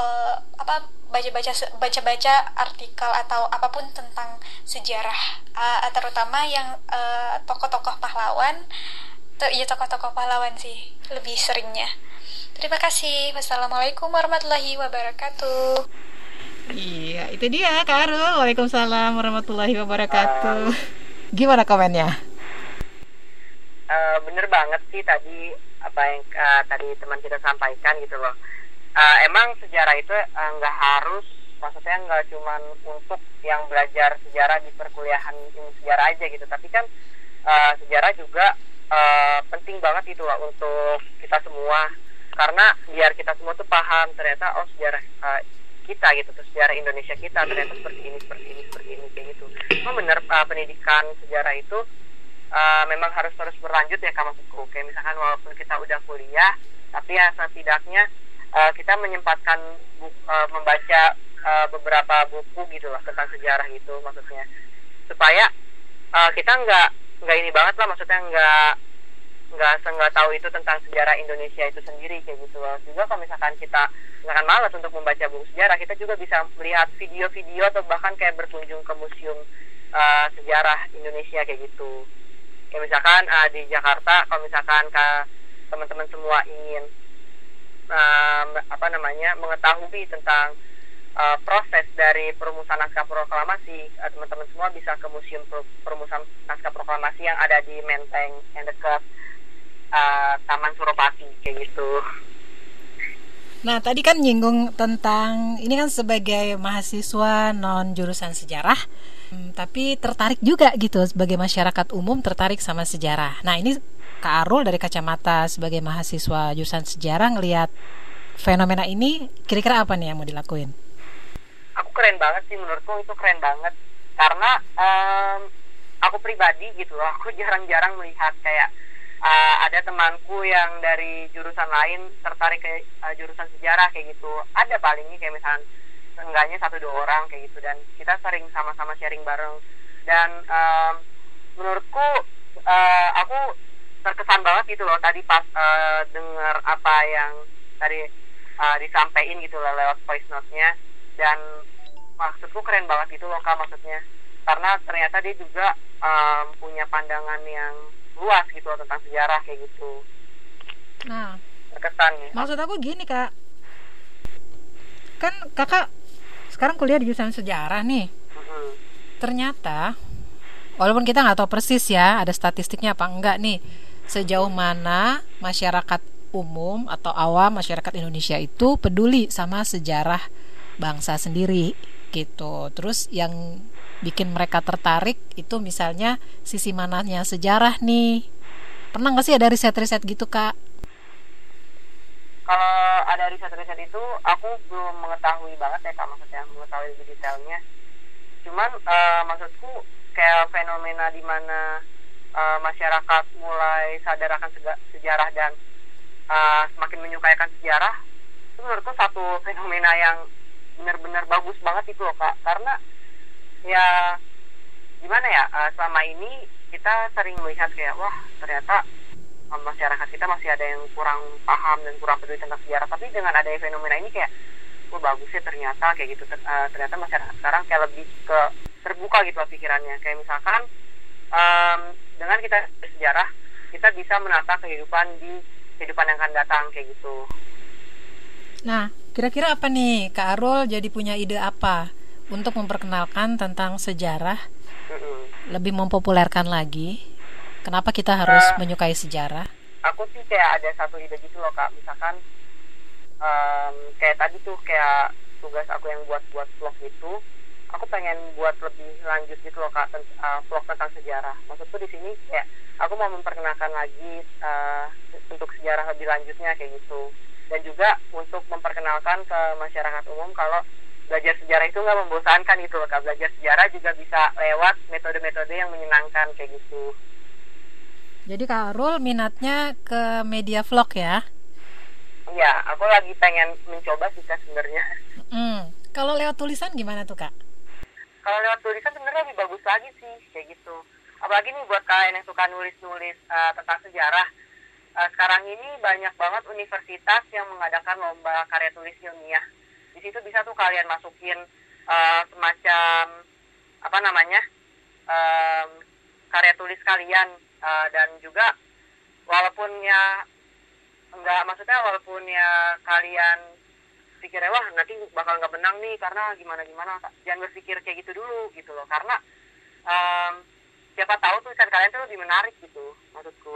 baca-baca artikel atau apapun tentang sejarah, terutama yang tokoh-tokoh pahlawan. Tokoh-tokoh pahlawan sih lebih seringnya. Terima kasih. Wassalamualaikum warahmatullahi wabarakatuh. Iya, itu dia Kak Arul. Waalaikumsalam warahmatullahi wabarakatuh. Gimana komennya? Bener banget sih tadi apa yang tadi teman kita sampaikan gitu loh. Emang sejarah itu nggak harus, maksudnya nggak cuma untuk yang belajar sejarah di perkuliahan ilmu sejarah aja gitu, tapi kan sejarah juga penting banget itu loh untuk kita semua, karena biar kita semua tuh paham ternyata sejarah kita gitu, terus sejarah Indonesia kita ternyata seperti ini kayak gitu. Bener, pendidikan sejarah itu memang harus terus berlanjut ya Kak, maksudku. Kayak misalkan walaupun kita udah kuliah, tapi ya setidaknya kita menyempatkan membaca beberapa buku gitu lah tentang sejarah gitu, maksudnya supaya kita nggak ini banget lah, maksudnya nggak tahu itu tentang sejarah Indonesia itu sendiri kayak gitu loh. Juga kalau misalkan kita malas untuk membaca buku sejarah, kita juga bisa melihat video-video atau bahkan kayak berkunjung ke museum sejarah Indonesia kayak gitu. Kayak misalkan di Jakarta, kalau misalkan teman-teman semua ingin mengetahui tentang proses dari perumusan naskah proklamasi, teman-teman semua bisa ke museum perumusan naskah proklamasi yang ada di Menteng yang dekat Taman Suropati kayak gitu. Nah, tadi kan nyinggung tentang ini kan sebagai mahasiswa non jurusan sejarah, tapi tertarik juga gitu sebagai masyarakat umum tertarik sama sejarah. Nah, ini Kak Arul dari kacamata sebagai mahasiswa jurusan sejarah ngelihat fenomena ini, kira-kira apa nih yang mau dilakuin? Aku keren banget sih, menurutku itu keren banget. Karena aku pribadi gitu loh, aku jarang-jarang melihat kayak ada temanku yang dari jurusan lain tertarik ke jurusan sejarah kayak gitu. Ada palingnya kayak misalnya seenggaknya 1-2 orang kayak gitu, dan kita sering sama-sama sharing bareng. Dan menurutku aku terkesan banget gitu loh tadi pas dengar apa yang tadi disampaikan gitu loh lewat voice note-nya, dan maksudku keren banget gitu loh Kak, maksudnya karena ternyata dia juga punya pandangan yang luas gitu loh tentang sejarah kayak gitu. Nah, Terkesan nih. maksud aku gini Kak, kan Kakak sekarang kuliah di jurusan sejarah nih. Ternyata walaupun kita nggak tahu persis ya ada statistiknya apa enggak nih, sejauh mana masyarakat umum atau awam masyarakat Indonesia itu peduli sama sejarah bangsa sendiri gitu. Terus yang bikin mereka tertarik itu misalnya sisi mananya sejarah nih. Pernah nggak sih ada riset-riset gitu Kak? Kalau ada riset-riset itu aku belum mengetahui banget ya Kak, maksudnya mengetahui lebih detailnya. Cuman maksudku kayak fenomena di mana masyarakat mulai sadar akan sejarah dan semakin menyukakan sejarah, itu menurutku satu fenomena yang benar-benar bagus banget itu loh Kak. Karena ya gimana ya, selama ini kita sering melihat kayak wah ternyata masyarakat kita masih ada yang kurang paham dan kurang peduli tentang sejarah. Tapi dengan adanya fenomena ini kayak wah bagus sih ternyata kayak gitu. Ternyata masyarakat sekarang kayak lebih ke terbuka gitu loh pikirannya. Kayak misalkan dengan kita bersejarah, kita bisa menata kehidupan yang akan datang kayak gitu. Nah, kira-kira apa nih Kak Arul jadi punya ide apa untuk memperkenalkan tentang sejarah, lebih mempopulerkan lagi? Kenapa kita harus menyukai sejarah? Aku sih kayak ada satu ide gitu loh Kak. Misalkan kayak tadi tuh kayak tugas aku yang buat vlog itu, aku pengen buat lebih lanjut gitu loh Kak, vlog tentang sejarah. Maksudku di sini kayak aku mau memperkenalkan lagi untuk sejarah lebih lanjutnya kayak gitu. Dan juga untuk memperkenalkan ke masyarakat umum kalau belajar sejarah itu nggak membosankan gitu loh Kak. Belajar sejarah juga bisa lewat metode-metode yang menyenangkan kayak gitu. Jadi Kak Arul minatnya ke media vlog ya? Iya, aku lagi pengen mencoba sih Kak sebenarnya. Kalau lewat tulisan gimana tuh Kak? Kalau lewat tulisan sebenarnya lebih bagus lagi sih kayak gitu. Apalagi nih buat kalian yang suka nulis-nulis tentang sejarah. Sekarang ini banyak banget universitas yang mengadakan lomba karya tulis ilmiah. Di situ bisa tuh kalian masukin semacam karya tulis kalian, dan juga walaupun ya kalian pikirnya wah nanti bakal nggak menang nih karena gimana, jangan berpikir kayak gitu dulu gitu loh, karena siapa tahu tulisan kalian tuh lebih menarik gitu maksudku.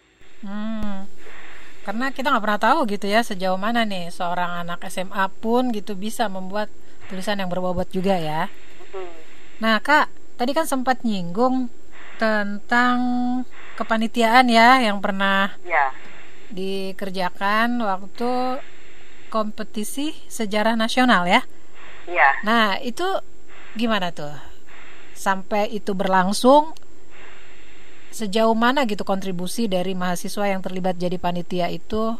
Karena kita nggak pernah tahu gitu ya sejauh mana nih seorang anak SMA pun gitu bisa membuat tulisan yang berbobot juga ya. Nah Kak, tadi kan sempat nyinggung tentang kepanitiaan ya yang pernah dikerjakan waktu kompetisi sejarah nasional ya. Iya. Nah itu gimana tuh? Sampai itu berlangsung, sejauh mana gitu kontribusi dari mahasiswa yang terlibat jadi panitia itu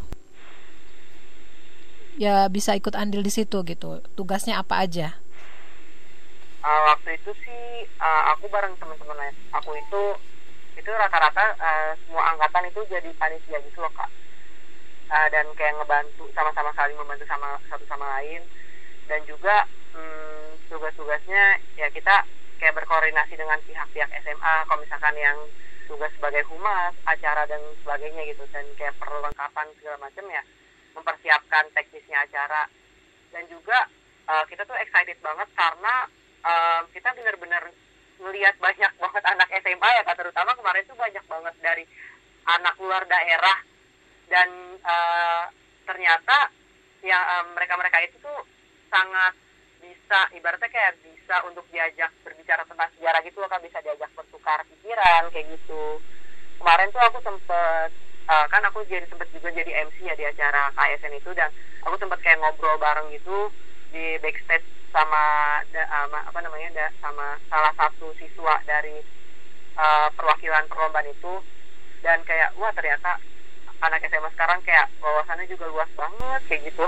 ya bisa ikut andil di situ gitu? Tugasnya apa aja? Waktu itu sih aku bareng teman-teman aku itu rata-rata semua angkatan itu jadi panitia gitu loh Kak. Dan kayak ngebantu, sama-sama saling membantu sama satu sama lain. Dan juga tugas-tugasnya ya kita kayak berkoordinasi dengan pihak-pihak SMA kalau misalkan yang tugas sebagai humas, acara dan sebagainya gitu, dan kayak perlengkapan segala macam ya, mempersiapkan teknisnya acara. Dan juga kita tuh excited banget karena kita benar-benar ngelihat banyak banget anak SMA ya Kak, terutama kemarin tuh banyak banget dari anak luar daerah, dan ternyata ya mereka itu tuh sangat bisa, ibaratnya kayak bisa untuk diajak berbicara tentang sejarah gitu loh Kak, bisa diajak bertukar pikiran kayak gitu. Kemarin tuh aku sempet kan aku sempet juga jadi MC ya di acara KSN itu, dan aku sempet kayak ngobrol bareng gitu di backstage sama sama salah satu siswa dari perwakilan perlombaan itu, dan kayak wah ternyata anak SMA sekarang kayak wawasannya juga luas banget kayak gitu.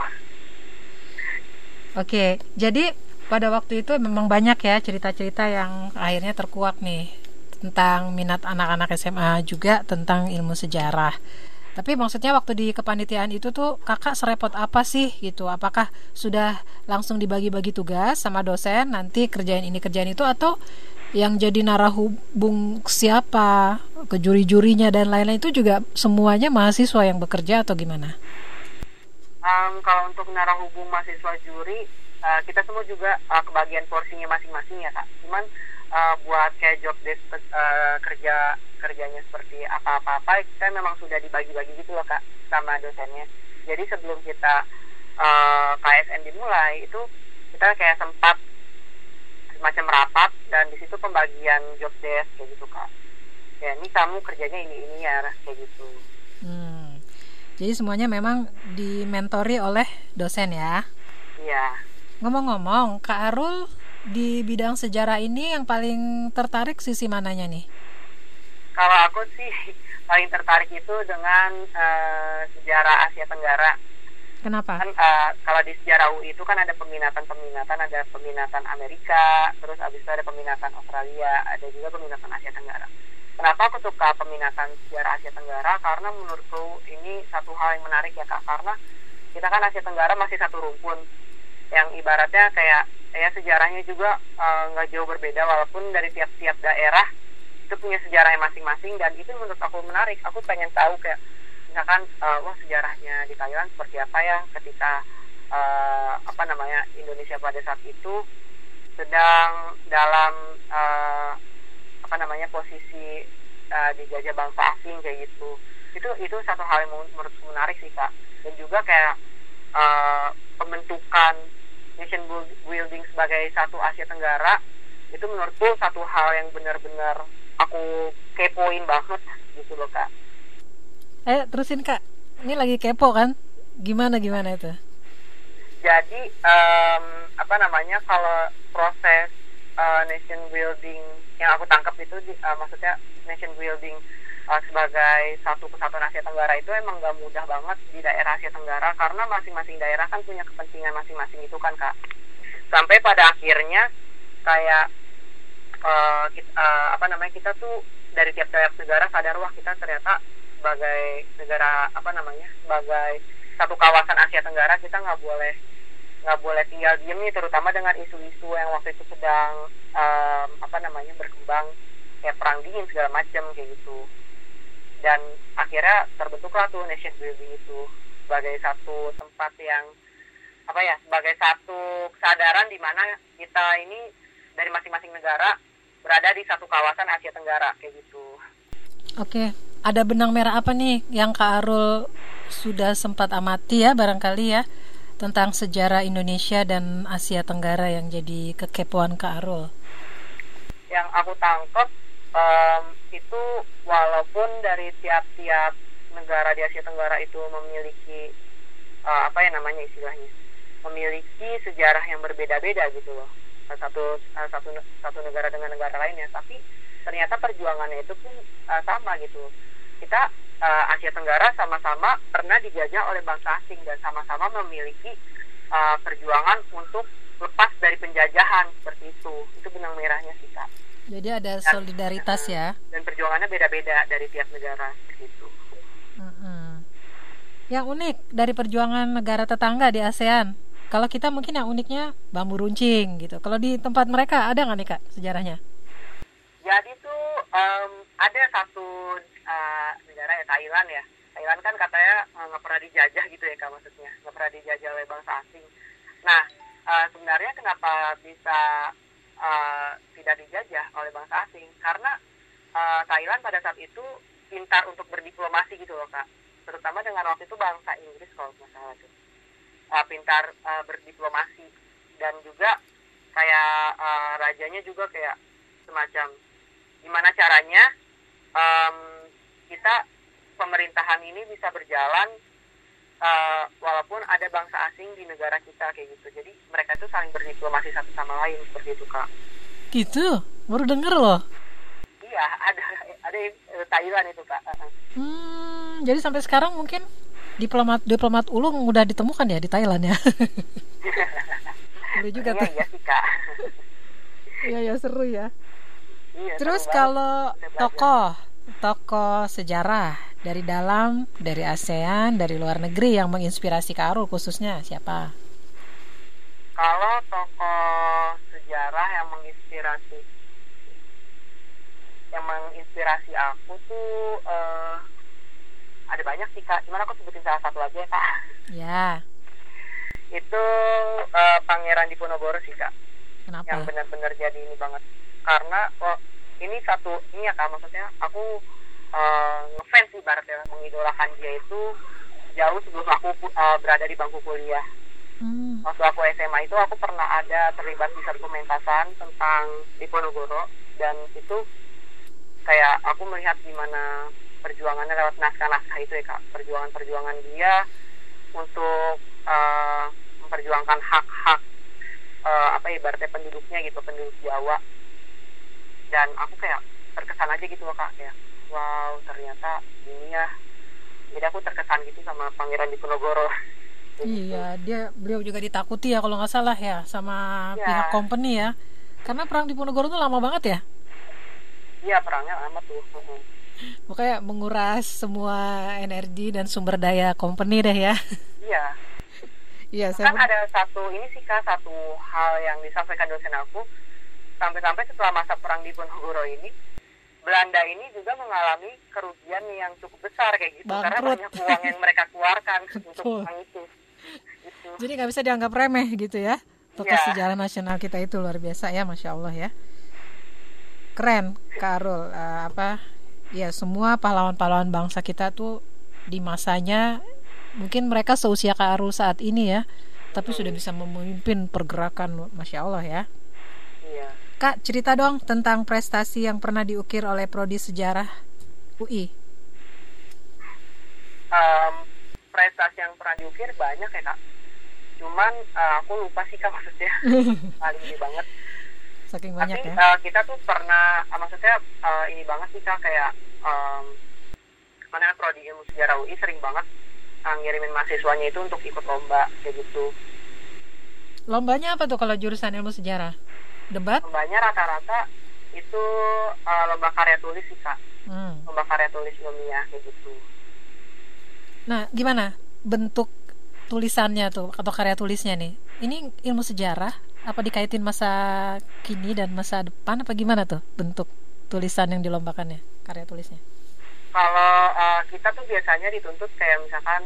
Oke, jadi pada waktu itu memang banyak ya cerita-cerita yang akhirnya terkuak nih tentang minat anak-anak SMA juga tentang ilmu sejarah. Tapi maksudnya waktu di kepanitiaan itu tuh kakak serepot apa sih gitu? Apakah sudah langsung dibagi-bagi tugas sama dosen, nanti kerjain ini kerjain itu, atau yang jadi narahubung siapa, ke juri-jurinya dan lain-lain itu juga semuanya mahasiswa yang bekerja atau gimana? Kalau untuk narahubung mahasiswa juri, kita semua juga kebagian porsinya masing-masing ya Kak. Cuman buat kayak job desk kerjanya seperti apa-apa kita memang sudah dibagi-bagi gitu loh Kak sama dosennya. Jadi sebelum kita KSN dimulai itu kita kayak sempat semacam rapat dan di situ pembagian job desk kayak gitu Kak. Ya ini kamu kerjanya ini ya kayak gitu. Jadi semuanya memang dimentori oleh dosen ya? Iya. Ngomong-ngomong, Kak Arul di bidang sejarah ini yang paling tertarik sisi mananya nih? Kalau aku sih paling tertarik itu dengan sejarah Asia Tenggara. Kenapa? Kan kalau di sejarah UI itu kan ada peminatan, ada peminatan Amerika, terus abis itu ada peminatan Australia, ada juga peminatan Asia Tenggara. Kenapa aku suka peminatan sejarah Asia Tenggara? Karena menurutku ini satu hal yang menarik ya Kak, karena kita kan Asia Tenggara masih satu rumpun yang ibaratnya kayak sejarahnya juga nggak jauh berbeda, walaupun dari tiap-tiap daerah itu punya sejarahnya masing-masing, dan itu menurut aku menarik. Aku pengen tahu kayak misalkan sejarahnya di Thailand seperti apa ya ketika Indonesia pada saat itu sedang dalam posisi dijajah bangsa asing kayak gitu. Itu satu hal yang menurutku menarik sih Kak. Dan juga kayak pembentukan nation building sebagai satu Asia Tenggara itu menurutku satu hal yang benar-benar aku kepoin banget gitu loh Kak. Terusin Kak, ini lagi kepo kan? Gimana itu? Jadi kalau proses nation building yang aku tangkap itu maksudnya nation building sebagai satu kesatuan Asia Tenggara itu emang gak mudah banget di daerah Asia Tenggara, karena masing-masing daerah kan punya kepentingan masing-masing itu kan Kak. Sampai pada akhirnya kayak kita tuh dari tiap-tiap negara sadar wah kita ternyata sebagai negara sebagai satu kawasan Asia Tenggara kita nggak boleh tinggal diam nih, terutama dengan isu-isu yang waktu itu sedang berkembang kayak perang dingin segala macam kayak gitu. Dan akhirnya terbentuklah tuh nation building itu sebagai satu tempat yang sebagai satu kesadaran di mana kita ini dari masing-masing negara berada di satu kawasan Asia Tenggara kayak gitu. Oke, ada benang merah apa nih yang Kak Arul sudah sempat amati ya barangkali ya tentang sejarah Indonesia dan Asia Tenggara yang jadi kekepoan Kak Arul? Yang aku tangkap itu walaupun dari tiap-tiap negara di Asia Tenggara itu memiliki memiliki sejarah yang berbeda-beda gitu loh, satu negara dengan negara lainnya, tapi ternyata perjuangannya itu pun sama gitu. Kita Asia Tenggara sama-sama pernah dijajah oleh bangsa asing dan sama-sama memiliki perjuangan untuk lepas dari penjajahan seperti itu. Itu benang merahnya sih Kak. Jadi ada solidaritas ya. Dan perjuangannya beda-beda dari tiap negara seperti itu. Yang unik dari perjuangan negara tetangga di ASEAN, kalau kita mungkin yang uniknya bambu runcing gitu. Kalau di tempat mereka ada nggak nih Kak sejarahnya? Jadi tuh ada satu negara ya, Thailand ya. Thailand kan katanya nggak pernah dijajah gitu ya Kak, maksudnya nggak pernah dijajah oleh bangsa asing. Nah sebenarnya kenapa bisa tidak dijajah oleh bangsa asing? Karena Thailand pada saat itu pintar untuk berdiplomasi gitu loh Kak, terutama dengan waktu itu bangsa Inggris kalau nggak salah tuh. Pintar berdiplomasi, dan juga kayak rajanya juga kayak semacam gimana caranya kita pemerintahan ini bisa berjalan walaupun ada bangsa asing di negara kita kayak gitu. Jadi mereka itu saling berdiplomasi satu sama lain seperti itu Kak. Gitu, baru denger loh. Iya, ada Thailand itu Kak. Jadi sampai sekarang mungkin diplomat ulung udah ditemukan ya di Thailand ya. Seru juga tuh. Iya sih Kak. Iya seru ya. Iya, Terus seru kalau banget bisa belajar. tokoh sejarah dari dalam, dari ASEAN, dari luar negeri yang menginspirasi Kak Arul khususnya siapa? Kalau tokoh sejarah yang menginspirasi aku tuh ada banyak sih Kak. Cuman aku sebutin salah satu aja ya Kak. Ya, Itu Pangeran Diponegoro sih Kak. kenapa Yang ya? benar-benar jadi ini banget. Karena ini ya Kak, maksudnya aku ngefans sih ibaratnya, mengidolakan dia itu jauh sebelum aku berada di bangku kuliah. Waktu aku SMA itu aku pernah ada terlibat di satu pementasan tentang Diponegoro, dan itu kayak aku melihat gimana perjuangannya lewat naskah-naskah itu ya Kak, perjuangan dia untuk memperjuangkan hak-hak ibaratnya penduduknya gitu, penduduk Jawa. Dan aku kayak terkesan aja gitu loh Kak, kayak wow ternyata ini ya. Jadi aku terkesan gitu sama Pangeran Diponegoro. Iya, beliau juga ditakuti ya kalau nggak salah ya sama Ya. pihak company ya. Karena perang di Diponegoro itu lama banget ya. Iya, perangnya lama tuh. Makanya menguras semua energi dan sumber daya company deh ya. Iya. Iya, Kan ada satu hal yang disampaikan dosen aku, sampai-sampai setelah masa perang di Diponegoro ini, Belanda ini juga mengalami kerugian yang cukup besar kayak gitu, karena Bangkrut. banyak uang yang mereka keluarkan untuk Betul. perang itu. Gitu. Jadi nggak bisa dianggap remeh gitu ya. Tokoh Iya. sejarah nasional kita itu luar biasa ya, Masya Allah ya. Keren, Kak Arul. Ya semua pahlawan-pahlawan bangsa kita tuh di masanya, mungkin mereka seusia Kak Arul saat ini ya, tapi sudah bisa memimpin pergerakan, Masya Allah ya. Iya. Kak, cerita dong tentang prestasi yang pernah diukir oleh Prodi Sejarah UI. Prestasi yang pernah diukir banyak ya Kak. Cuman aku lupa sih Kak, maksudnya paling ini banget. Saking banyak Tapi ya. kita tuh pernah, maksudnya ini banget sih Kak, kayak mana Prodi Ilmu Sejarah UI sering banget ngirimin mahasiswanya itu untuk ikut lomba kayak gitu. Lombanya apa tuh kalau jurusan ilmu sejarah? Debat? Lombanya rata-rata itu lomba karya tulis sih Kak. Lomba karya tulis ilmiah kayak gitu. Nah, gimana bentuk tulisannya tuh atau karya tulisnya nih? Ini ilmu sejarah apa dikaitin masa kini dan masa depan apa gimana tuh bentuk tulisan yang dilombakannya, karya tulisnya? Kalau kita tuh biasanya dituntut kayak misalkan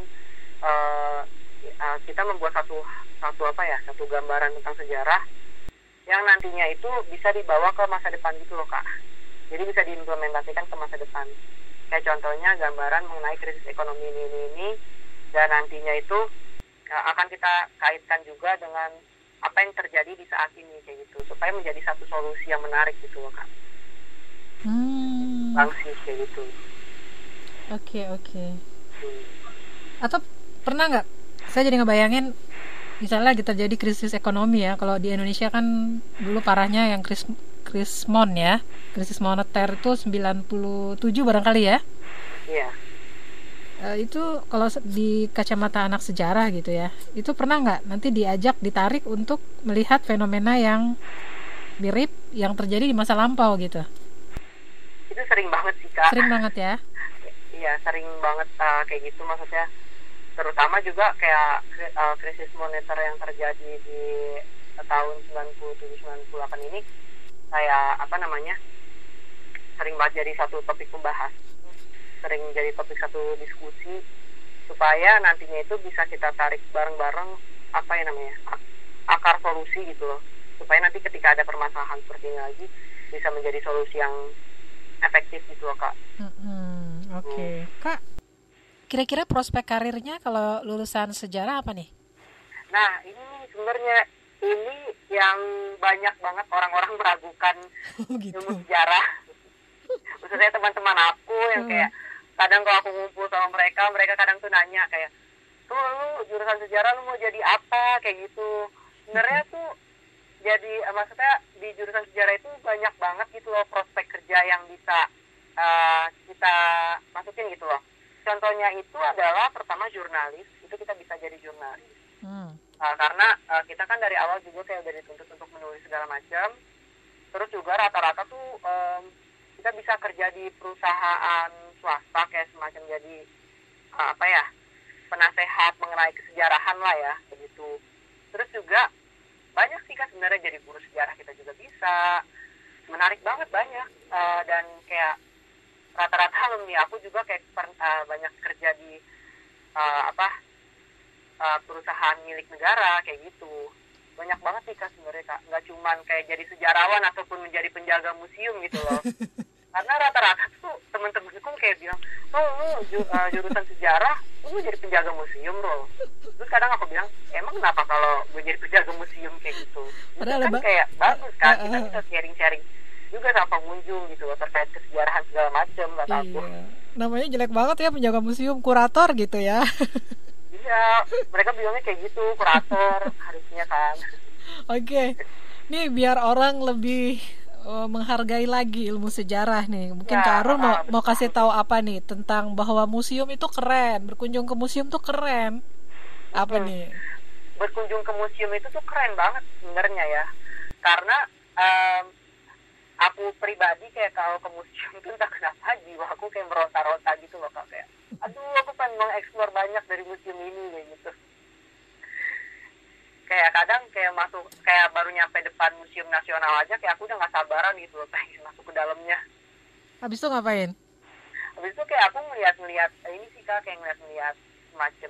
kita membuat satu gambaran tentang sejarah yang nantinya itu bisa dibawa ke masa depan gitu loh Kak. Jadi bisa diimplementasikan ke masa depan. Kayak contohnya gambaran mengenai krisis ekonomi ini dan nantinya itu akan kita kaitkan juga dengan apa yang terjadi di saat ini kayak gitu, supaya menjadi satu solusi yang menarik gitu loh Kak. Langsung kayak gitu. Oke. Atau pernah nggak? Saya jadi ngebayangin misalnya lagi terjadi krisis ekonomi ya. Kalau di Indonesia kan dulu parahnya yang krismon ya, krisis moneter itu 97 barangkali ya. Iya. Itu kalau di kacamata anak sejarah gitu ya, itu pernah nggak nanti ditarik untuk melihat fenomena yang mirip yang terjadi di masa lampau gitu? Itu sering banget sih Kak. Sering banget ya. Iya, sering banget kayak gitu, maksudnya terutama juga kayak krisis moneter yang terjadi di tahun 97-98 ini kayak sering banget jadi satu topik pembahas, sering jadi topik satu diskusi, supaya nantinya itu bisa kita tarik bareng-bareng akar solusi gitu loh, supaya nanti ketika ada permasalahan seperti ini lagi bisa menjadi solusi yang efektif gitu loh Kak. Oke. Kak, kira-kira prospek karirnya kalau lulusan sejarah apa nih? Nah, ini sebenarnya ini yang banyak banget orang-orang meragukan Gitu. ilmu sejarah. Khususnya teman-teman aku yang kayak kadang kalau aku ngumpul sama mereka kadang tuh nanya kayak, tuh lu jurusan sejarah lu mau jadi apa kayak gitu. Sebenarnya tuh jadi maksudnya di jurusan sejarah itu banyak banget gitu loh prospek kerja yang bisa kita masukin gitu loh. Contohnya itu adalah pertama jurnalis, itu kita bisa jadi jurnalis. Karena kita kan dari awal juga kayak udah dituntut untuk menulis segala macam. Terus juga rata-rata tuh kita bisa kerja di perusahaan swasta kayak semacam jadi penasehat mengenai kesejarahan lah ya begitu. Terus juga banyak sih kan sebenarnya jadi guru sejarah kita juga bisa. Menarik banget banyak. Dan kayak rata-rata alumni aku juga kayak banyak kerja di perusahaan milik negara kayak gitu. Banyak banget sih Kak sebenarnya Kak. Nggak cuman kayak jadi sejarawan ataupun menjadi penjaga museum gitu loh. Karena rata-rata tuh temen-temenku kayak bilang, jurusan sejarah, lu jadi penjaga museum loh. Terus kadang aku bilang, emang kenapa kalau gue jadi penjaga museum kayak gitu? Itu kan kayak bagus kan, kita bisa sharing-sharing juga sama pengunjung gitu loh, terkait kesejarahan segala macam, kata aku. Namanya jelek banget ya, penjaga museum, kurator gitu ya. Iya, mereka bilangnya kayak gitu, kurator harusnya kan. Oke, nih biar orang lebih menghargai lagi ilmu sejarah nih. Mungkin Kak Arul mau kasih tahu apa nih tentang bahwa museum itu keren, berkunjung ke museum tuh keren. Apa nih? Berkunjung ke museum itu tuh keren banget sebenarnya ya. Karena aku pribadi kayak kalau ke museum tuh entah kenapa jiwa aku kayak meronta-ronta gitu loh Kak, kayak aduh aku pengen mengeksplor banyak dari museum ini kayak gitu. Kayak kadang kayak masuk, kayak baru nyampe depan Museum Nasional aja kayak aku udah gak sabaran gitu loh pengen masuk ke dalamnya. Habis itu ngapain? Habis itu kayak aku ngeliat ini sih Kak, kayak ngeliat semacam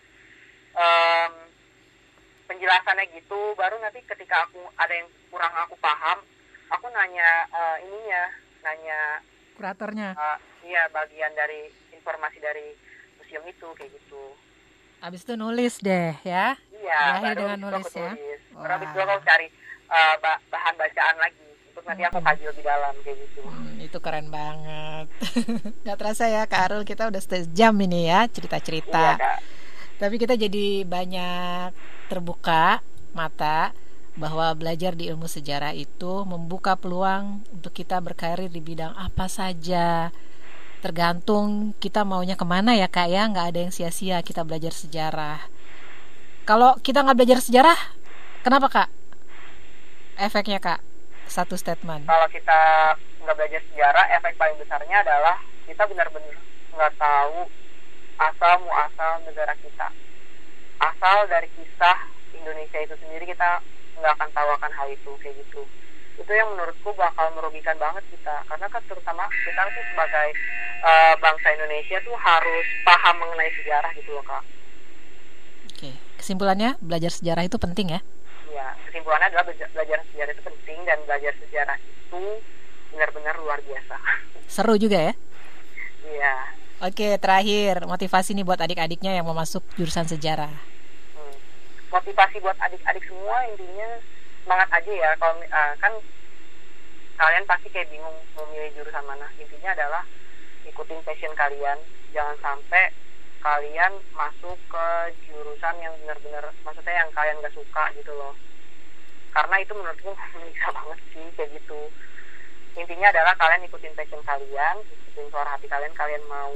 penjelasannya gitu. Baru nanti ketika aku ada yang kurang aku paham, aku nanya nanya kuratornya. Iya, bagian dari informasi dari museum itu kayak gitu. Abis itu nulis deh ya. Iya, baru dengan nulis ya. Habis itu aku cari bahan bacaan lagi untuk nanti aku kaji lebih dalam kayak gitu. Itu keren banget. Gak terasa ya Kak Arul, kita udah sejam ini ya cerita-cerita. Iya, Kak. Tapi kita jadi banyak terbuka mata bahwa belajar di ilmu sejarah itu membuka peluang untuk kita berkarir di bidang apa saja. Tergantung kita maunya kemana ya Kak ya. Gak ada yang sia-sia kita belajar sejarah. Kalau kita gak belajar sejarah, kenapa Kak? Efeknya Kak, satu statement. Kalau kita gak belajar sejarah, efek paling besarnya adalah kita benar-benar gak tahu asal muasal negara kita. Asal dari kisah Indonesia itu sendiri kita gak akan tahu akan hal itu kayak gitu. Itu yang menurutku bakal merugikan banget kita, karena kan terutama kita tuh sebagai bangsa Indonesia tuh harus paham mengenai sejarah gitu loh Kak. Oke, kesimpulannya belajar sejarah itu penting ya? Iya, kesimpulannya adalah belajar sejarah itu penting, dan belajar sejarah itu benar-benar luar biasa. Seru juga ya? Iya. Oke, terakhir motivasi nih buat adik-adiknya yang mau masuk jurusan sejarah. Motivasi buat adik-adik semua intinya semangat aja ya. Kalau kan kalian pasti kayak bingung mau milih jurusan mana. Intinya adalah ikutin passion kalian. Jangan sampai kalian masuk ke jurusan yang benar-benar, maksudnya yang kalian gak suka gitu loh. Karena itu menurutku menyiksa banget sih kayak gitu. Intinya adalah kalian ikutin passion kalian, ikutin suara hati kalian. Kalian mau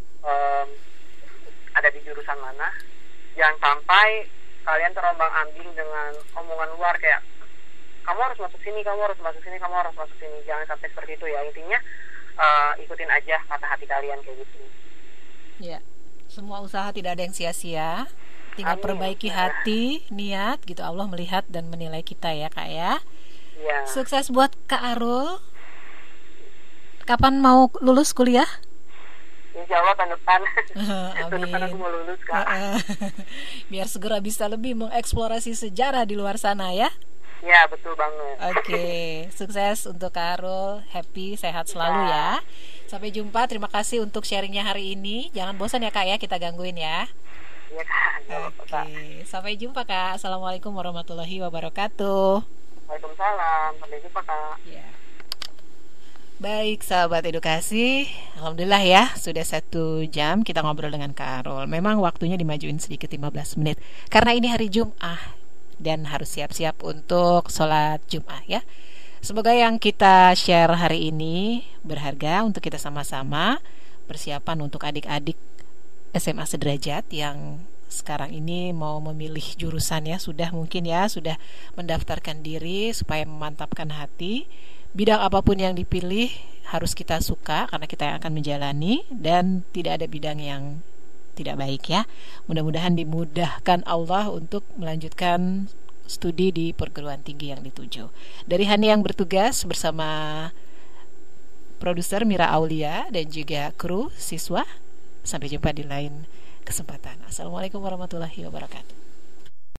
ada di jurusan mana. Jangan sampai kalian terombang-ambing dengan omongan luar kayak kamu harus masuk sini, kamu harus masuk sini, kamu harus masuk sini. Jangan sampai seperti itu ya. Intinya ikutin aja kata hati kalian kayak gitu. Iya. Semua usaha tidak ada yang sia-sia. Tinggal perbaiki hati, niat gitu. Allah melihat dan menilai kita ya Kak ya. Iya. Sukses buat Kak Arul. Kapan mau lulus kuliah? Insya Allah tahun depan. Amin. Tahun depan aku mau lulus Kak. Biar segera bisa lebih mengeksplorasi sejarah di luar sana ya. Ya betul banget. Oke, sukses untuk Kak Arul. Happy, sehat selalu ya. Sampai jumpa, terima kasih untuk sharingnya hari ini. Jangan bosan ya Kak ya, kita gangguin ya. Iya Kak. Oke, sampai jumpa Kak. Assalamualaikum warahmatullahi wabarakatuh. Waalaikumsalam, sampai jumpa Kak. Ya. Baik sahabat edukasi, alhamdulillah ya sudah 1 jam kita ngobrol dengan Kak Arul. Memang waktunya dimajuin sedikit 15 menit karena ini hari Jum'ah dan harus siap-siap untuk sholat Jum'ah ya. Semoga yang kita share hari ini berharga untuk kita sama-sama persiapan untuk adik-adik SMA sederajat yang sekarang ini mau memilih jurusan ya, sudah mendaftarkan diri supaya memantapkan hati. Bidang apapun yang dipilih harus kita suka karena kita yang akan menjalani, dan tidak ada bidang yang tidak baik ya. Mudah-mudahan dimudahkan Allah untuk melanjutkan studi di perguruan tinggi yang dituju. Dari Hani yang bertugas bersama produser Mira Aulia dan juga kru siswa, sampai jumpa di lain kesempatan. Assalamualaikum warahmatullahi wabarakatuh.